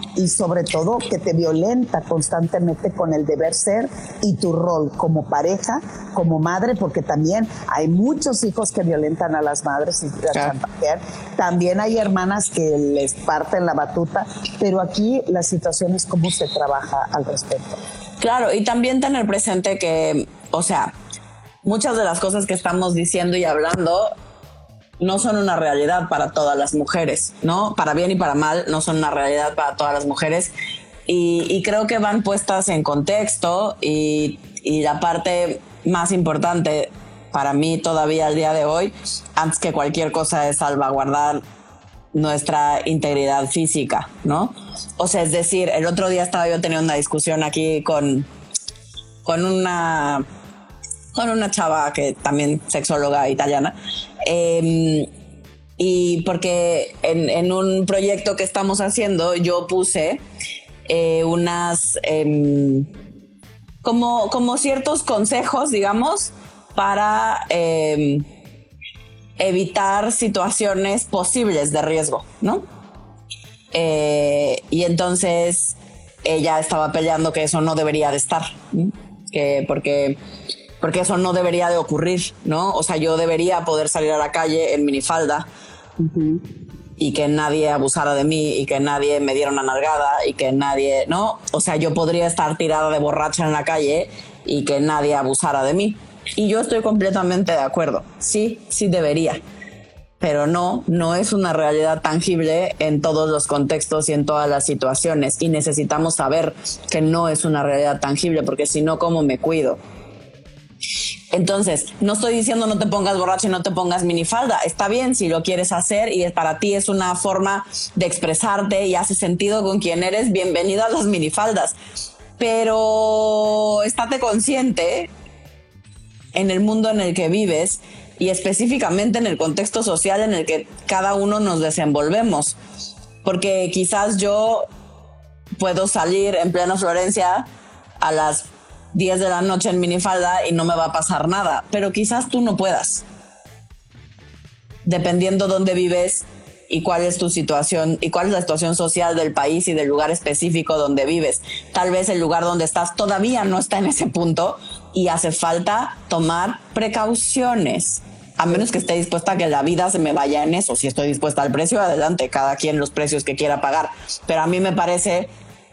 Y sobre todo que te violenta constantemente con el deber ser y tu rol como pareja, como madre, porque también hay muchos hijos que violentan a las madres y las chantajean. También hay hermanas que les parten la batuta, pero aquí la situación es cómo se trabaja al respecto. Claro, y también tener presente que, o sea, muchas de las cosas que estamos diciendo y hablando no son una realidad para todas las mujeres, ¿no? Para bien y para mal, no son una realidad para todas las mujeres. Y, y creo que van puestas en contexto y, y la parte más importante para mí todavía al día de hoy, antes que cualquier cosa, es salvaguardar nuestra integridad física, ¿no? O sea, es decir, el otro día estaba yo teniendo una discusión aquí con, con una... con una chava que también sexóloga italiana, eh, y porque en, en un proyecto que estamos haciendo yo puse eh, unas eh, como, como ciertos consejos, digamos, para eh, evitar situaciones posibles de riesgo, ¿no? Eh, y entonces ella estaba peleando que eso no debería de estar, ¿no? Que porque porque eso no debería de ocurrir, ¿no? O sea, yo debería poder salir a la calle en minifalda uh-huh. y que nadie abusara de mí y que nadie me diera una nalgada y que nadie, ¿no? O sea, yo podría estar tirada de borracha en la calle y que nadie abusara de mí. Y yo estoy completamente de acuerdo. Sí, sí debería. Pero no, no es una realidad tangible en todos los contextos y en todas las situaciones. Y necesitamos saber que no es una realidad tangible, porque si no, ¿cómo me cuido? Entonces, no estoy diciendo no te pongas borracha y no te pongas minifalda. Está bien si lo quieres hacer y para ti es una forma de expresarte y hace sentido con quien eres, bienvenido a las minifaldas. Pero estate consciente en el mundo en el que vives y específicamente en el contexto social en el que cada uno nos desenvolvemos. Porque quizás yo puedo salir en plena Florencia a las diez de la noche en minifalda y no me va a pasar nada, pero quizás tú no puedas, dependiendo dónde vives y cuál es tu situación y cuál es la situación social del país y del lugar específico donde vives. Tal vez el lugar donde estás todavía no está en ese punto y hace falta tomar precauciones, a menos que esté dispuesta a que la vida se me vaya en eso. Si estoy dispuesta al precio, adelante, cada quien los precios que quiera pagar, pero a mí me parece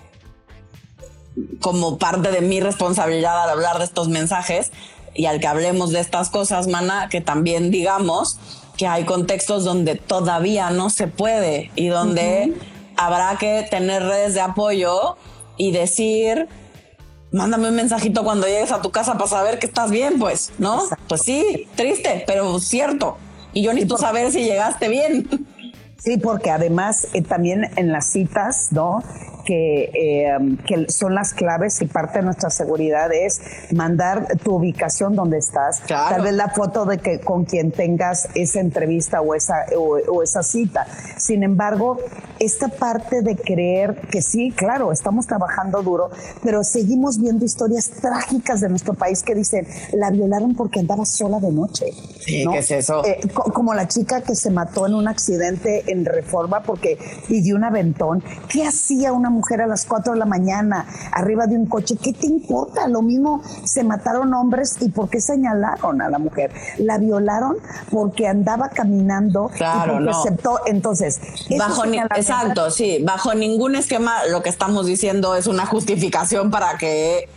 como parte de mi responsabilidad al hablar de estos mensajes y al que hablemos de estas cosas, mana, que también digamos que hay contextos donde todavía no se puede y donde uh-huh. habrá que tener redes de apoyo y decir, mándame un mensajito cuando llegues a tu casa para saber que estás bien, pues, ¿no? Exacto. Pues sí, triste, pero cierto. Y yo necesito por... saber si llegaste bien. Sí, porque además eh, también en las citas, ¿no? Que, eh, que son las claves y parte de nuestra seguridad es mandar tu ubicación donde estás, claro. Tal vez la foto de que con quien tengas esa entrevista o esa, o, o esa cita. Sin embargo, esta parte de creer que sí, claro, estamos trabajando duro, pero seguimos viendo historias trágicas de nuestro país que dicen, la violaron porque andaba sola de noche. Sí, ¿no? ¿qué es eso? Eh, co- como la chica que se mató en un accidente en Reforma porque pidió un aventón. ¿Qué hacía una mujer a las cuatro de la mañana arriba de un coche? ¿Qué te importa? Lo mismo se mataron hombres. ¿Y por qué señalaron a la mujer? La violaron porque andaba caminando, claro, y porque no aceptó. Entonces, bajo ni- exacto, sí, bajo ningún esquema lo que estamos diciendo es una justificación para que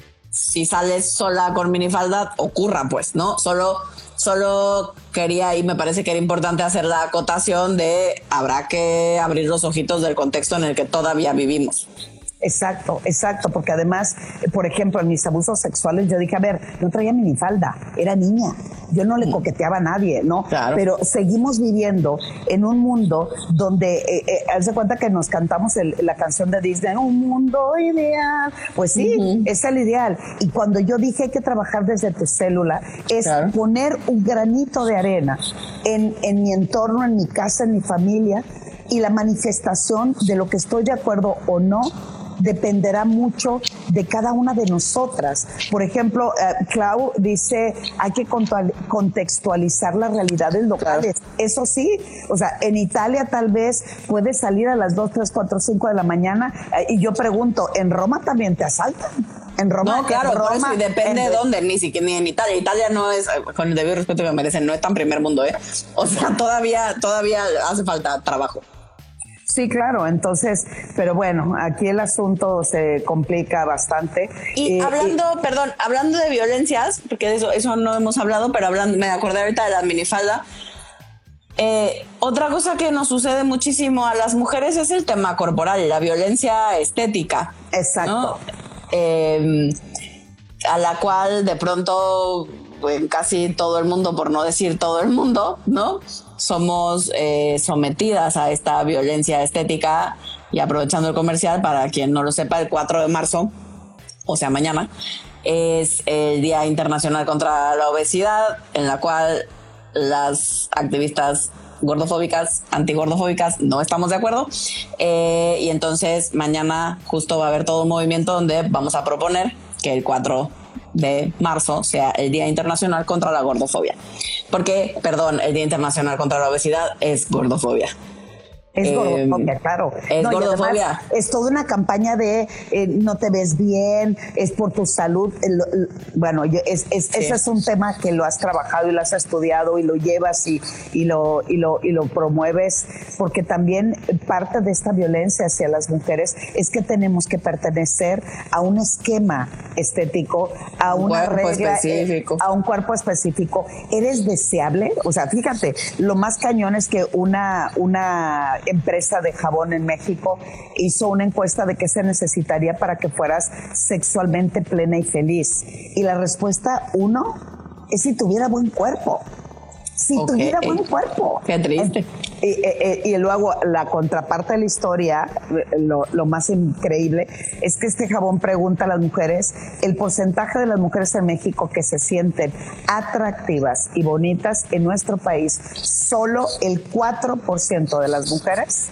si sales sola con minifalda ocurra, pues, ¿no? Solo Solo quería, y me parece que era importante hacer la acotación de habrá que abrir los ojitos del contexto en el que todavía vivimos. Exacto, exacto, porque además, por ejemplo, en mis abusos sexuales yo dije, a ver, no traía minifalda, era niña, yo no le coqueteaba a nadie, ¿no? Claro. Pero seguimos viviendo en un mundo donde, eh, eh, haz de cuenta que nos cantamos el, la canción de Disney, un mundo ideal, pues sí, uh-huh. es el ideal. Y cuando yo dije hay que trabajar desde tu célula, es claro. poner un granito de arena en, en mi entorno, en mi casa, en mi familia, y la manifestación de lo que estoy de acuerdo o no dependerá mucho de cada una de nosotras. Por ejemplo, uh, Clau dice, hay que contextualizar las realidades locales. Claro. Eso sí, o sea, en Italia tal vez puedes salir a las dos, tres, cuatro, cinco de la mañana eh, y yo pregunto, ¿en Roma también te asaltan? En Roma, no, claro, en Roma, por eso, y depende en, de dónde, ni siquiera ni en Italia. Italia no es, con el debido respeto que me merecen, no es tan primer mundo, ¿eh? O sea, todavía, todavía hace falta trabajo. Sí, claro, entonces, pero bueno, aquí el asunto se complica bastante. Y eh, hablando, y, perdón, hablando de violencias, porque de eso, eso no hemos hablado, pero hablando, me acordé ahorita de la minifalda. Eh, otra cosa que nos sucede muchísimo a las mujeres es el tema corporal, la violencia estética. Exacto. ¿No? Eh, a la cual de pronto en casi todo el mundo, por no decir todo el mundo, ¿no? Somos eh, sometidas a esta violencia estética. Y aprovechando el comercial, para quien no lo sepa, el cuatro de marzo, o sea mañana, es el Día Internacional contra la Obesidad, en la cual las activistas gordofóbicas, antigordofóbicas, no estamos de acuerdo, eh, y entonces mañana justo va a haber todo un movimiento donde vamos a proponer que el cuatro de marzo sea el Día Internacional contra la Gordofobia, porque, perdón, el Día Internacional contra la Obesidad es gordofobia. Es gordofobia, eh, claro. Es no, gordofobia. Es toda una campaña de eh, no te ves bien, es por tu salud. El, el, bueno, yo, es, es, sí. ese es un tema que lo has trabajado y lo has estudiado y lo llevas y, y, lo, y, lo, y lo promueves, porque también parte de esta violencia hacia las mujeres es que tenemos que pertenecer a un esquema estético, a un una regla, específico. Eh, a un cuerpo específico. ¿Eres deseable? O sea, fíjate, lo más cañón es que una, una empresa de jabón en México hizo una encuesta de qué se necesitaría para que fueras sexualmente plena y feliz. Y la respuesta, uno, es si tuviera buen cuerpo. Si okay. tuviera buen cuerpo. Qué triste. Y, y, y, y luego la contraparte de la historia, lo, lo más increíble, es que este jabón pregunta a las mujeres, el porcentaje de las mujeres en México que se sienten atractivas y bonitas en nuestro país, solo el cuatro por ciento de las mujeres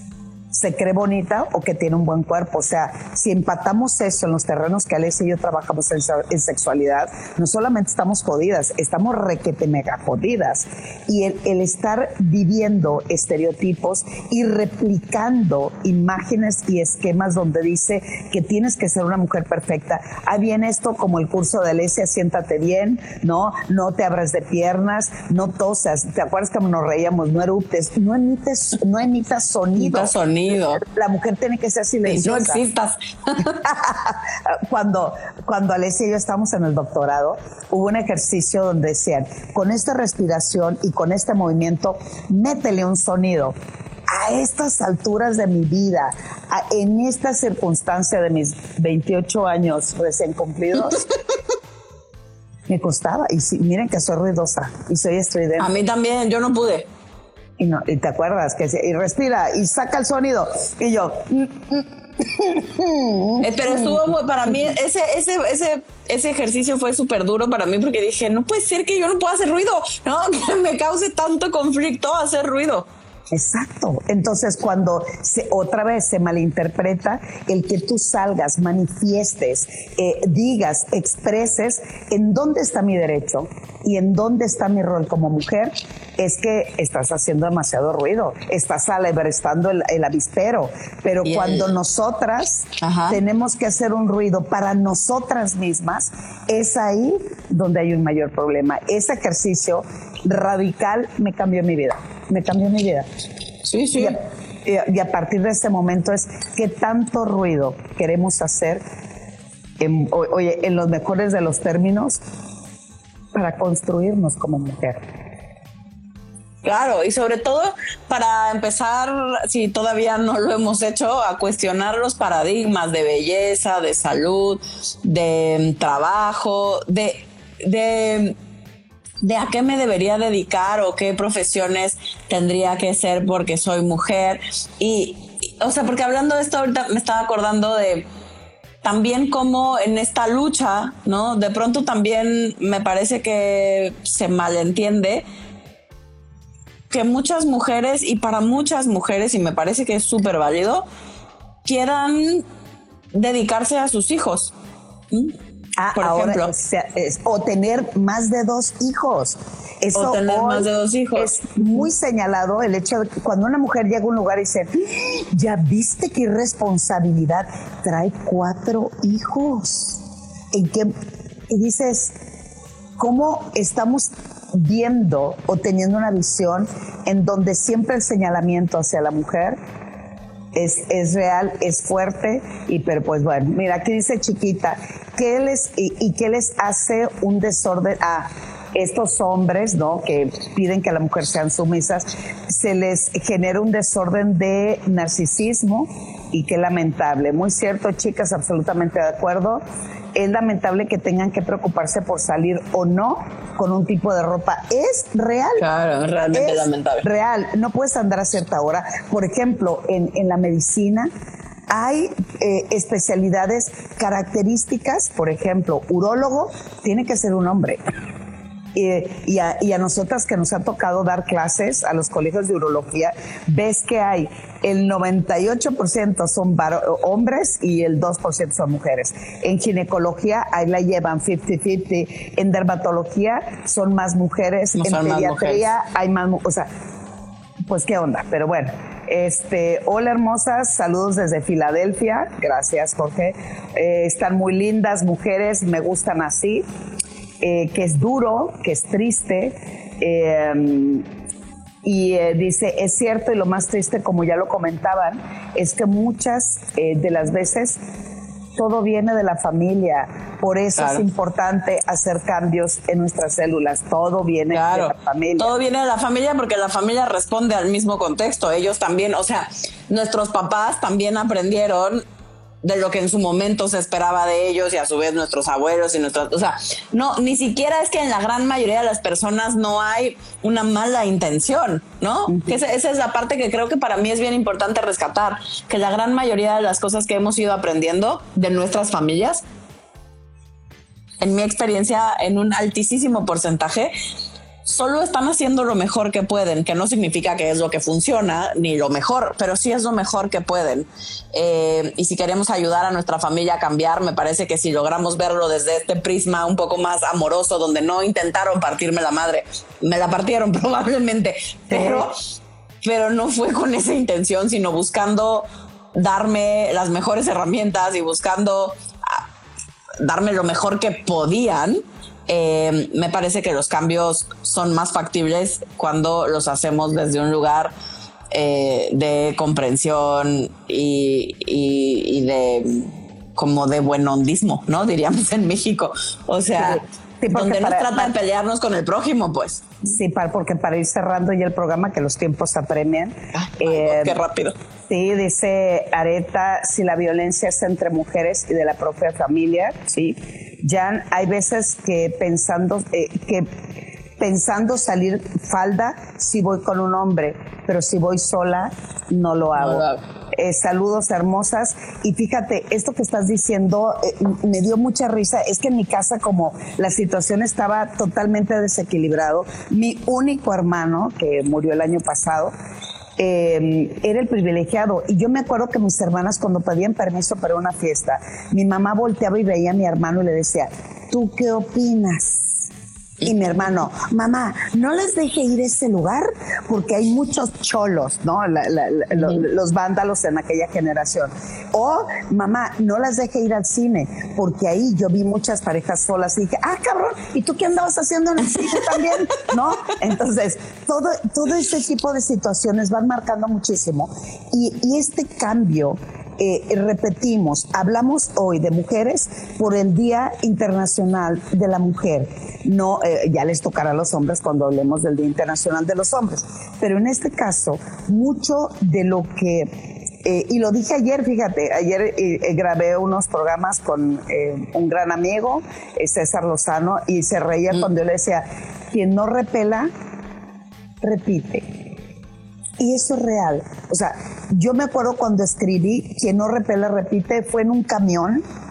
se cree bonita o que tiene un buen cuerpo. O sea, si empatamos eso en los terrenos que Alesia y yo trabajamos en, en sexualidad, no solamente estamos jodidas, estamos requete mega jodidas. Y el, el estar viviendo estereotipos y replicando imágenes y esquemas donde dice que tienes que ser una mujer perfecta. Ahí viene esto como el curso de Alesia, siéntate bien, ¿no? No te abras de piernas, no tosas. ¿Te acuerdas que nos reíamos? No eruptes, no emites, no emitas sonido. No sonido. La mujer tiene que ser silenciosa. No existas. cuando, cuando Alesia y yo estábamos en el doctorado, hubo un ejercicio donde decían, con esta respiración y con este movimiento, métele un sonido. A estas alturas de mi vida, a, en esta circunstancia de mis veintiocho años recién cumplidos, me costaba. Y sí, miren que soy ruidosa y soy estridente. A mí también, yo no pude. Y, no, y te acuerdas que y respira y saca el sonido y yo eh, pero estuvo muy, para mí ese ese ese ese ejercicio fue súper duro para mí, porque dije, no puede ser que yo no pueda hacer ruido, no, que me cause tanto conflicto hacer ruido. Exacto. Entonces, cuando se, otra vez se malinterpreta el que tú salgas, manifiestes, eh, digas, expreses en dónde está mi derecho y en dónde está mi rol como mujer, es que estás haciendo demasiado ruido, estás alebrestando el, el avispero. Pero y cuando el... nosotras Ajá. tenemos que hacer un ruido para nosotras mismas, es ahí donde hay un mayor problema. Ese ejercicio radical me cambió mi vida. Me cambió mi vida. Sí, sí. Y a, y a partir de ese momento es qué tanto ruido queremos hacer, en, oye, en los mejores de los términos, para construirnos como mujer. Claro, y sobre todo para empezar, si todavía no lo hemos hecho, a cuestionar los paradigmas de belleza, de salud, de trabajo, de... de de a qué me debería dedicar o qué profesiones tendría que ser porque soy mujer. Y, y, o sea, porque hablando de esto ahorita me estaba acordando de también cómo en esta lucha, ¿no? De pronto también me parece que se malentiende que muchas mujeres, y para muchas mujeres, y me parece que es súper válido, quieran dedicarse a sus hijos. ¿Mm? Ah, por ahora ejemplo. Es, es, o tener más de dos hijos. Eso o tener más de dos hijos. Es muy señalado el hecho de que cuando una mujer llega a un lugar y dice, ya viste qué irresponsabilidad, trae cuatro hijos. ¿En qué? Y dices, ¿cómo estamos viendo o teniendo una visión en donde siempre el señalamiento hacia la mujer es, es real, es fuerte? Y pero pues bueno, mira, aquí dice Chiquita, ¿qué les, y, y qué les hace un desorden a estos hombres, ¿no?, que piden que a la mujer sean sumisas? Se les genera un desorden de narcisismo y qué lamentable. Muy cierto, chicas, absolutamente de acuerdo. Es lamentable que tengan que preocuparse por salir o no con un tipo de ropa. Es real. Claro, realmente es lamentable. Real. No puedes andar a cierta hora. Por ejemplo, en, en la medicina hay eh, especialidades características. Por ejemplo, urólogo tiene que ser un hombre. Y, y, a, y a nosotras que nos ha tocado dar clases a los colegios de urología, ves que hay el noventa y ocho por ciento son hombres y el dos por ciento son mujeres. En ginecología ahí la llevan cincuenta cincuenta, en dermatología son más mujeres, no en pediatría hay más, o sea, pues qué onda, pero bueno. Este, hola hermosas, saludos desde Filadelfia, gracias Jorge, eh, están muy lindas mujeres, me gustan así. Eh, que es duro, que es triste, eh, y eh, dice, es cierto, y lo más triste, como ya lo comentaban, es que muchas eh, de las veces todo viene de la familia, por eso claro. Es importante hacer cambios en nuestras células, todo viene claro. de la familia. Todo viene de la familia porque la familia responde al mismo contexto, ellos también, o sea, nuestros papás también aprendieron de lo que en su momento se esperaba de ellos y a su vez nuestros abuelos y nuestros, o sea, no, ni siquiera es que en la gran mayoría de las personas no hay una mala intención, ¿no? Uh-huh. Que esa, esa es la parte que creo que para mí es bien importante rescatar, que la gran mayoría de las cosas que hemos ido aprendiendo de nuestras familias, en mi experiencia, en un altísimo porcentaje, solo están haciendo lo mejor que pueden, que no significa que es lo que funciona, ni lo mejor, pero sí es lo mejor que pueden. Eh, y si queremos ayudar a nuestra familia a cambiar, me parece que si logramos verlo desde este prisma un poco más amoroso, donde no intentaron partirme la madre, me la partieron probablemente, pero, pero no fue con esa intención, sino buscando darme las mejores herramientas y buscando darme lo mejor que podían. Eh, me parece que los cambios son más factibles cuando los hacemos desde un lugar eh, de comprensión y, y, y de como de buenondismo, ¿no? Diríamos en México. O sea, sí, sí, donde para, no trata para, de pelearnos con el prójimo, pues. Sí, para, porque para ir cerrando ya el programa, que los tiempos apremian. Ah, eh, qué rápido. Sí, dice Areta, si la violencia es entre mujeres y de la propia familia, sí. Jan, hay veces que pensando eh, que pensando salir falda, si voy con un hombre, pero si voy sola, no lo hago. No lo hago. Eh, saludos hermosas. Y fíjate, esto que estás diciendo eh, me dio mucha risa. Es que en mi casa, como la situación estaba totalmente desequilibrado, mi único hermano, que murió el año pasado, Eh, era el privilegiado, y yo me acuerdo que mis hermanas, cuando pedían permiso para una fiesta, mi mamá volteaba y veía a mi hermano y le decía, ¿tú qué opinas? Y mi hermano, mamá, no les deje ir a ese lugar porque hay muchos cholos, ¿no? La, la, la, lo, los vándalos en aquella generación. O, mamá, no las deje ir al cine porque ahí yo vi muchas parejas solas y dije, ah, cabrón, ¿y tú qué andabas haciendo en el cine también? ¿No? Entonces, todo, todo este tipo de situaciones van marcando muchísimo. Y, y este cambio, Eh, repetimos, hablamos hoy de mujeres por el Día Internacional de la Mujer. No, eh, ya les tocará a los hombres cuando hablemos del Día Internacional de los Hombres. Pero en este caso, mucho de lo que, eh, y lo dije ayer, fíjate, ayer eh, grabé unos programas con eh, un gran amigo, eh, César Lozano, y se reía mm. cuando yo le decía, quien no repela, repite. Y eso es real. O sea, yo me acuerdo cuando escribí Quien no repela, repite, fue en un camión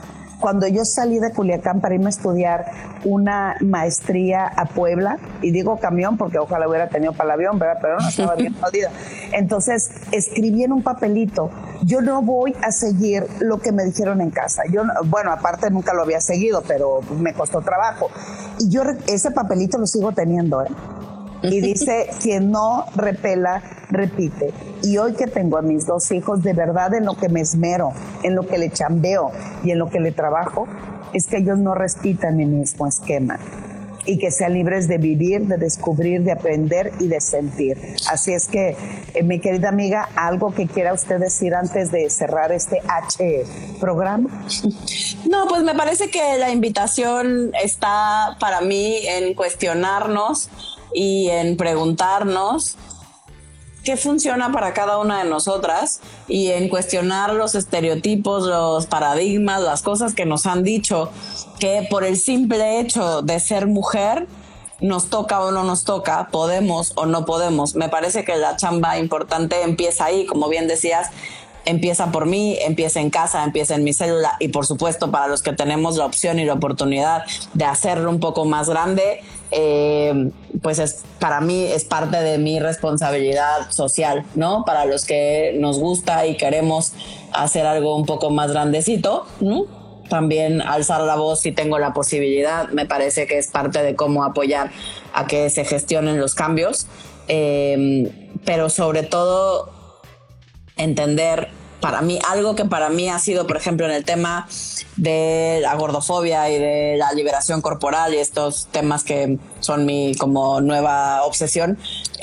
cuando yo salí de Culiacán para irme a estudiar una maestría a Puebla, y digo camión porque ojalá hubiera tenido para el avión, ¿verdad? Pero no estaba bien jodida. Entonces escribí en un papelito, yo no voy a seguir lo que me dijeron en casa. Yo, bueno, aparte nunca lo había seguido, pero me costó trabajo. Y yo ese papelito lo sigo teniendo, ¿eh? Y dice, quien no repela, repite. Y hoy que tengo a mis dos hijos, de verdad en lo que me esmero, en lo que le chambeo y en lo que le trabajo, es que ellos no repitan mi mismo esquema. Y que sean libres de vivir, de descubrir, de aprender y de sentir. Así es que, eh, mi querida amiga, ¿algo que quiera usted decir antes de cerrar este H programa? No, pues me parece que la invitación está para mí en cuestionarnos y en preguntarnos qué funciona para cada una de nosotras y en cuestionar los estereotipos, los paradigmas, las cosas que nos han dicho que por el simple hecho de ser mujer nos toca o no nos toca, podemos o no podemos. Me parece que la chamba importante empieza ahí, como bien decías, empieza por mí, empieza en casa, empieza en mi célula y por supuesto para los que tenemos la opción y la oportunidad de hacerlo un poco más grande, eh, pues es, para mí es parte de mi responsabilidad social, ¿no? Para los que nos gusta y queremos hacer algo un poco más grandecito, ¿no? También alzar la voz si tengo la posibilidad, me parece que es parte de cómo apoyar a que se gestionen los cambios, eh, pero sobre todo entender, para mí, algo que para mí ha sido, por ejemplo, en el tema de la gordofobia y de la liberación corporal y estos temas que son mi como nueva obsesión,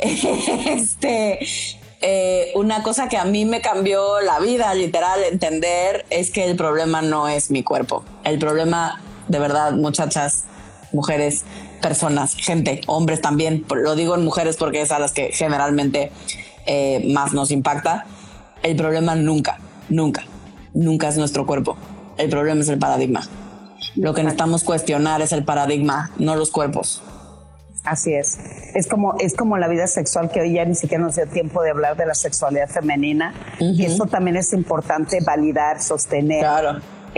este, eh, una cosa que a mí me cambió la vida, literal, entender es que el problema no es mi cuerpo. El problema, de verdad, muchachas, mujeres, personas, gente, hombres también, lo digo en mujeres porque es a las que generalmente eh, más nos impacta. El problema nunca, nunca, nunca es nuestro cuerpo. El problema es el paradigma. Lo que necesitamos cuestionar es el paradigma, no los cuerpos. Así es. Es como, es como la vida sexual, que hoy ya ni siquiera nos dio tiempo de hablar de la sexualidad femenina. Uh-huh. Y eso también es importante validar, sostener. Claro.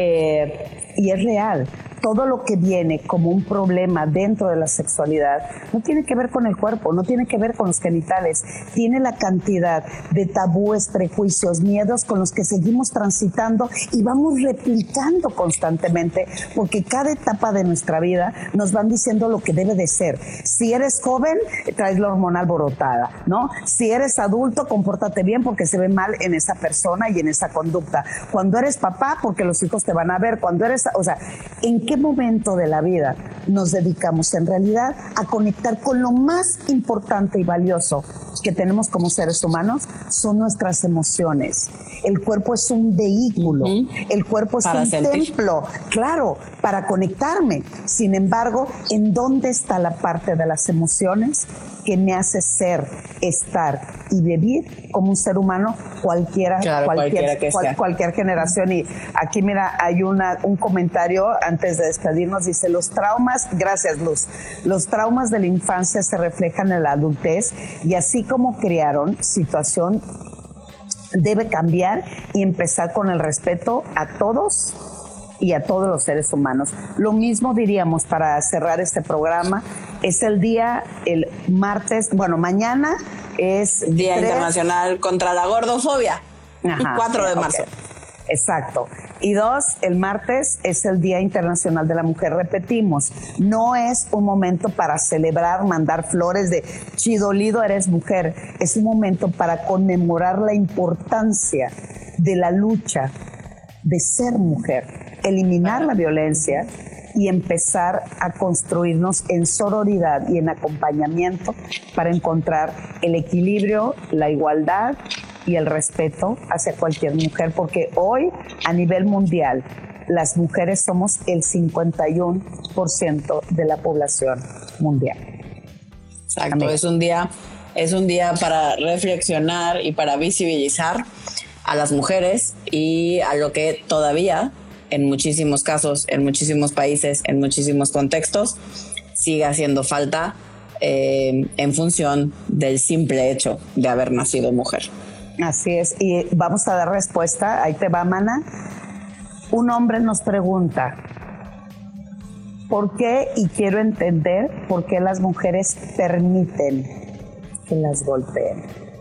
Eh, y es real. Todo lo que viene como un problema dentro de la sexualidad no tiene que ver con el cuerpo, no tiene que ver con los genitales, tiene la cantidad de tabúes, prejuicios, miedos con los que seguimos transitando y vamos replicando constantemente, porque cada etapa de nuestra vida nos van diciendo lo que debe de ser. Si eres joven, traes la hormona alborotada, ¿no? Si eres adulto, compórtate bien porque se ve mal en esa persona y en esa conducta. Cuando eres papá, porque los hijos te van a ver. Cuando eres, o sea, ¿en qué momento de la vida nos dedicamos en realidad a conectar con lo más importante y valioso que tenemos como seres humanos? Son nuestras emociones. El cuerpo es un vehículo, uh-huh. El cuerpo es para un sentir. Templo, claro, para conectarme. Sin embargo, ¿en dónde está la parte de las emociones que me hace ser, estar y vivir como un ser humano cualquiera, claro, cualquier, cualquiera que cual, sea. cualquier generación? Y aquí, mira, hay una, un comentario antes de despedirnos, dice: los traumas, gracias Luz, los traumas de la infancia se reflejan en la adultez y así como crearon situación debe cambiar y empezar con el respeto a todos y a todos los seres humanos. Lo mismo diríamos para cerrar este programa. Es el día, el martes, bueno, mañana es Día tres... Internacional contra la Gordofobia. Ajá, cuatro de marzo. Okay. Exacto. Y dos, el martes es el Día Internacional de la Mujer. Repetimos, no es un momento para celebrar, mandar flores de chidolido, eres mujer. Es un momento para conmemorar la importancia de la lucha de ser mujer, eliminar la violencia y empezar a construirnos en sororidad y en acompañamiento para encontrar el equilibrio, la igualdad y el respeto hacia cualquier mujer, porque hoy a nivel mundial las mujeres somos el cincuenta y uno por ciento de la población mundial. Exacto, Amén. es un día, es un día para reflexionar y para visibilizar a las mujeres y a lo que todavía, en muchísimos casos, en muchísimos países, en muchísimos contextos, sigue haciendo falta eh, en función del simple hecho de haber nacido mujer. Así es, y vamos a dar respuesta. Ahí te va, Mana. un hombre nos pregunta, ¿por qué? Y quiero entender por qué las mujeres permiten que las golpeen.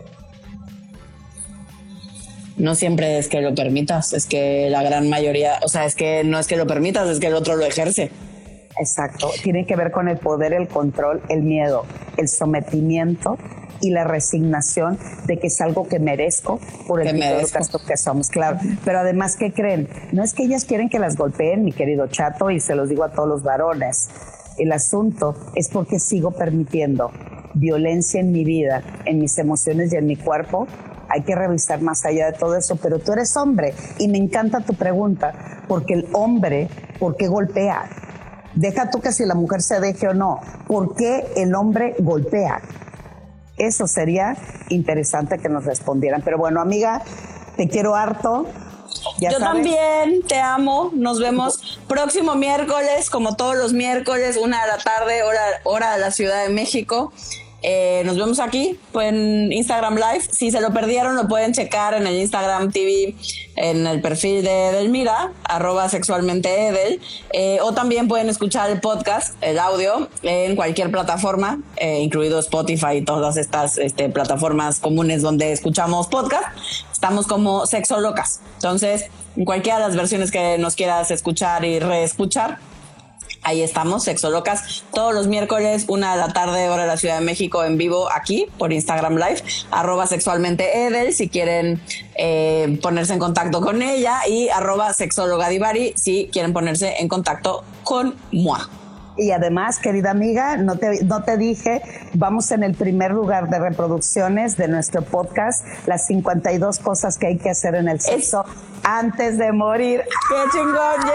No siempre es que lo permitas, es que la gran mayoría, o sea, es que no es que lo permitas, es que el otro lo ejerce. Exacto, tiene que ver con el poder, el control, el miedo, el sometimiento y la resignación de que es algo que merezco por el tipo de educación que somos, claro. Pero además, ¿qué creen? No es que ellas quieren que las golpeen, mi querido Chato, y se los digo a todos los varones. El asunto es porque sigo permitiendo violencia en mi vida, en mis emociones y en mi cuerpo. Hay que revisar más allá de todo eso, pero tú eres hombre y me encanta tu pregunta, porque el hombre, ¿por qué golpea? Deja tú que si la mujer se deje o no, ¿por qué el hombre golpea? Eso sería interesante que nos respondieran. Pero bueno, amiga, te quiero harto. Ya Yo sabes. también te amo. Nos vemos próximo miércoles, como todos los miércoles, una de la tarde, hora, hora de la Ciudad de México. Eh, nos vemos aquí pues, en Instagram Live. Si se lo perdieron, lo pueden checar en el Instagram T V, en el perfil de Edelmira, arroba sexualmente Edel, eh, o también pueden escuchar el podcast, el audio, en cualquier plataforma, eh, incluido Spotify y todas estas este, plataformas comunes donde escuchamos podcast. Estamos como Sexo Locas. Entonces, en cualquiera de las versiones que nos quieras escuchar y reescuchar, ahí estamos, Sexo Locas, todos los miércoles, una de la tarde, hora de la Ciudad de México, en vivo aquí por Instagram Live, arroba sexualmente Edel, si quieren eh, ponerse en contacto con ella, y arroba sexóloga Divari, si quieren ponerse en contacto con moi. Y además, querida amiga, no te, no te dije, vamos en el primer lugar de reproducciones de nuestro podcast, las cincuenta y dos cosas que hay que hacer en el sexo es... antes de morir. ¡Qué chingón!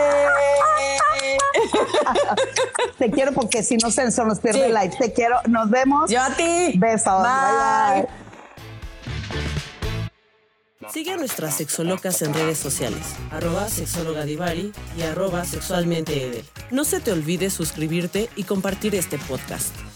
Te quiero porque si no se nos pierde el live. Te quiero, nos vemos. Yo a ti. Besos. Bye. Bye. Sigue a nuestras sexolocas en redes sociales, arroba sexóloga Divari y arroba sexualmente Edel. No se te olvide suscribirte y compartir este podcast.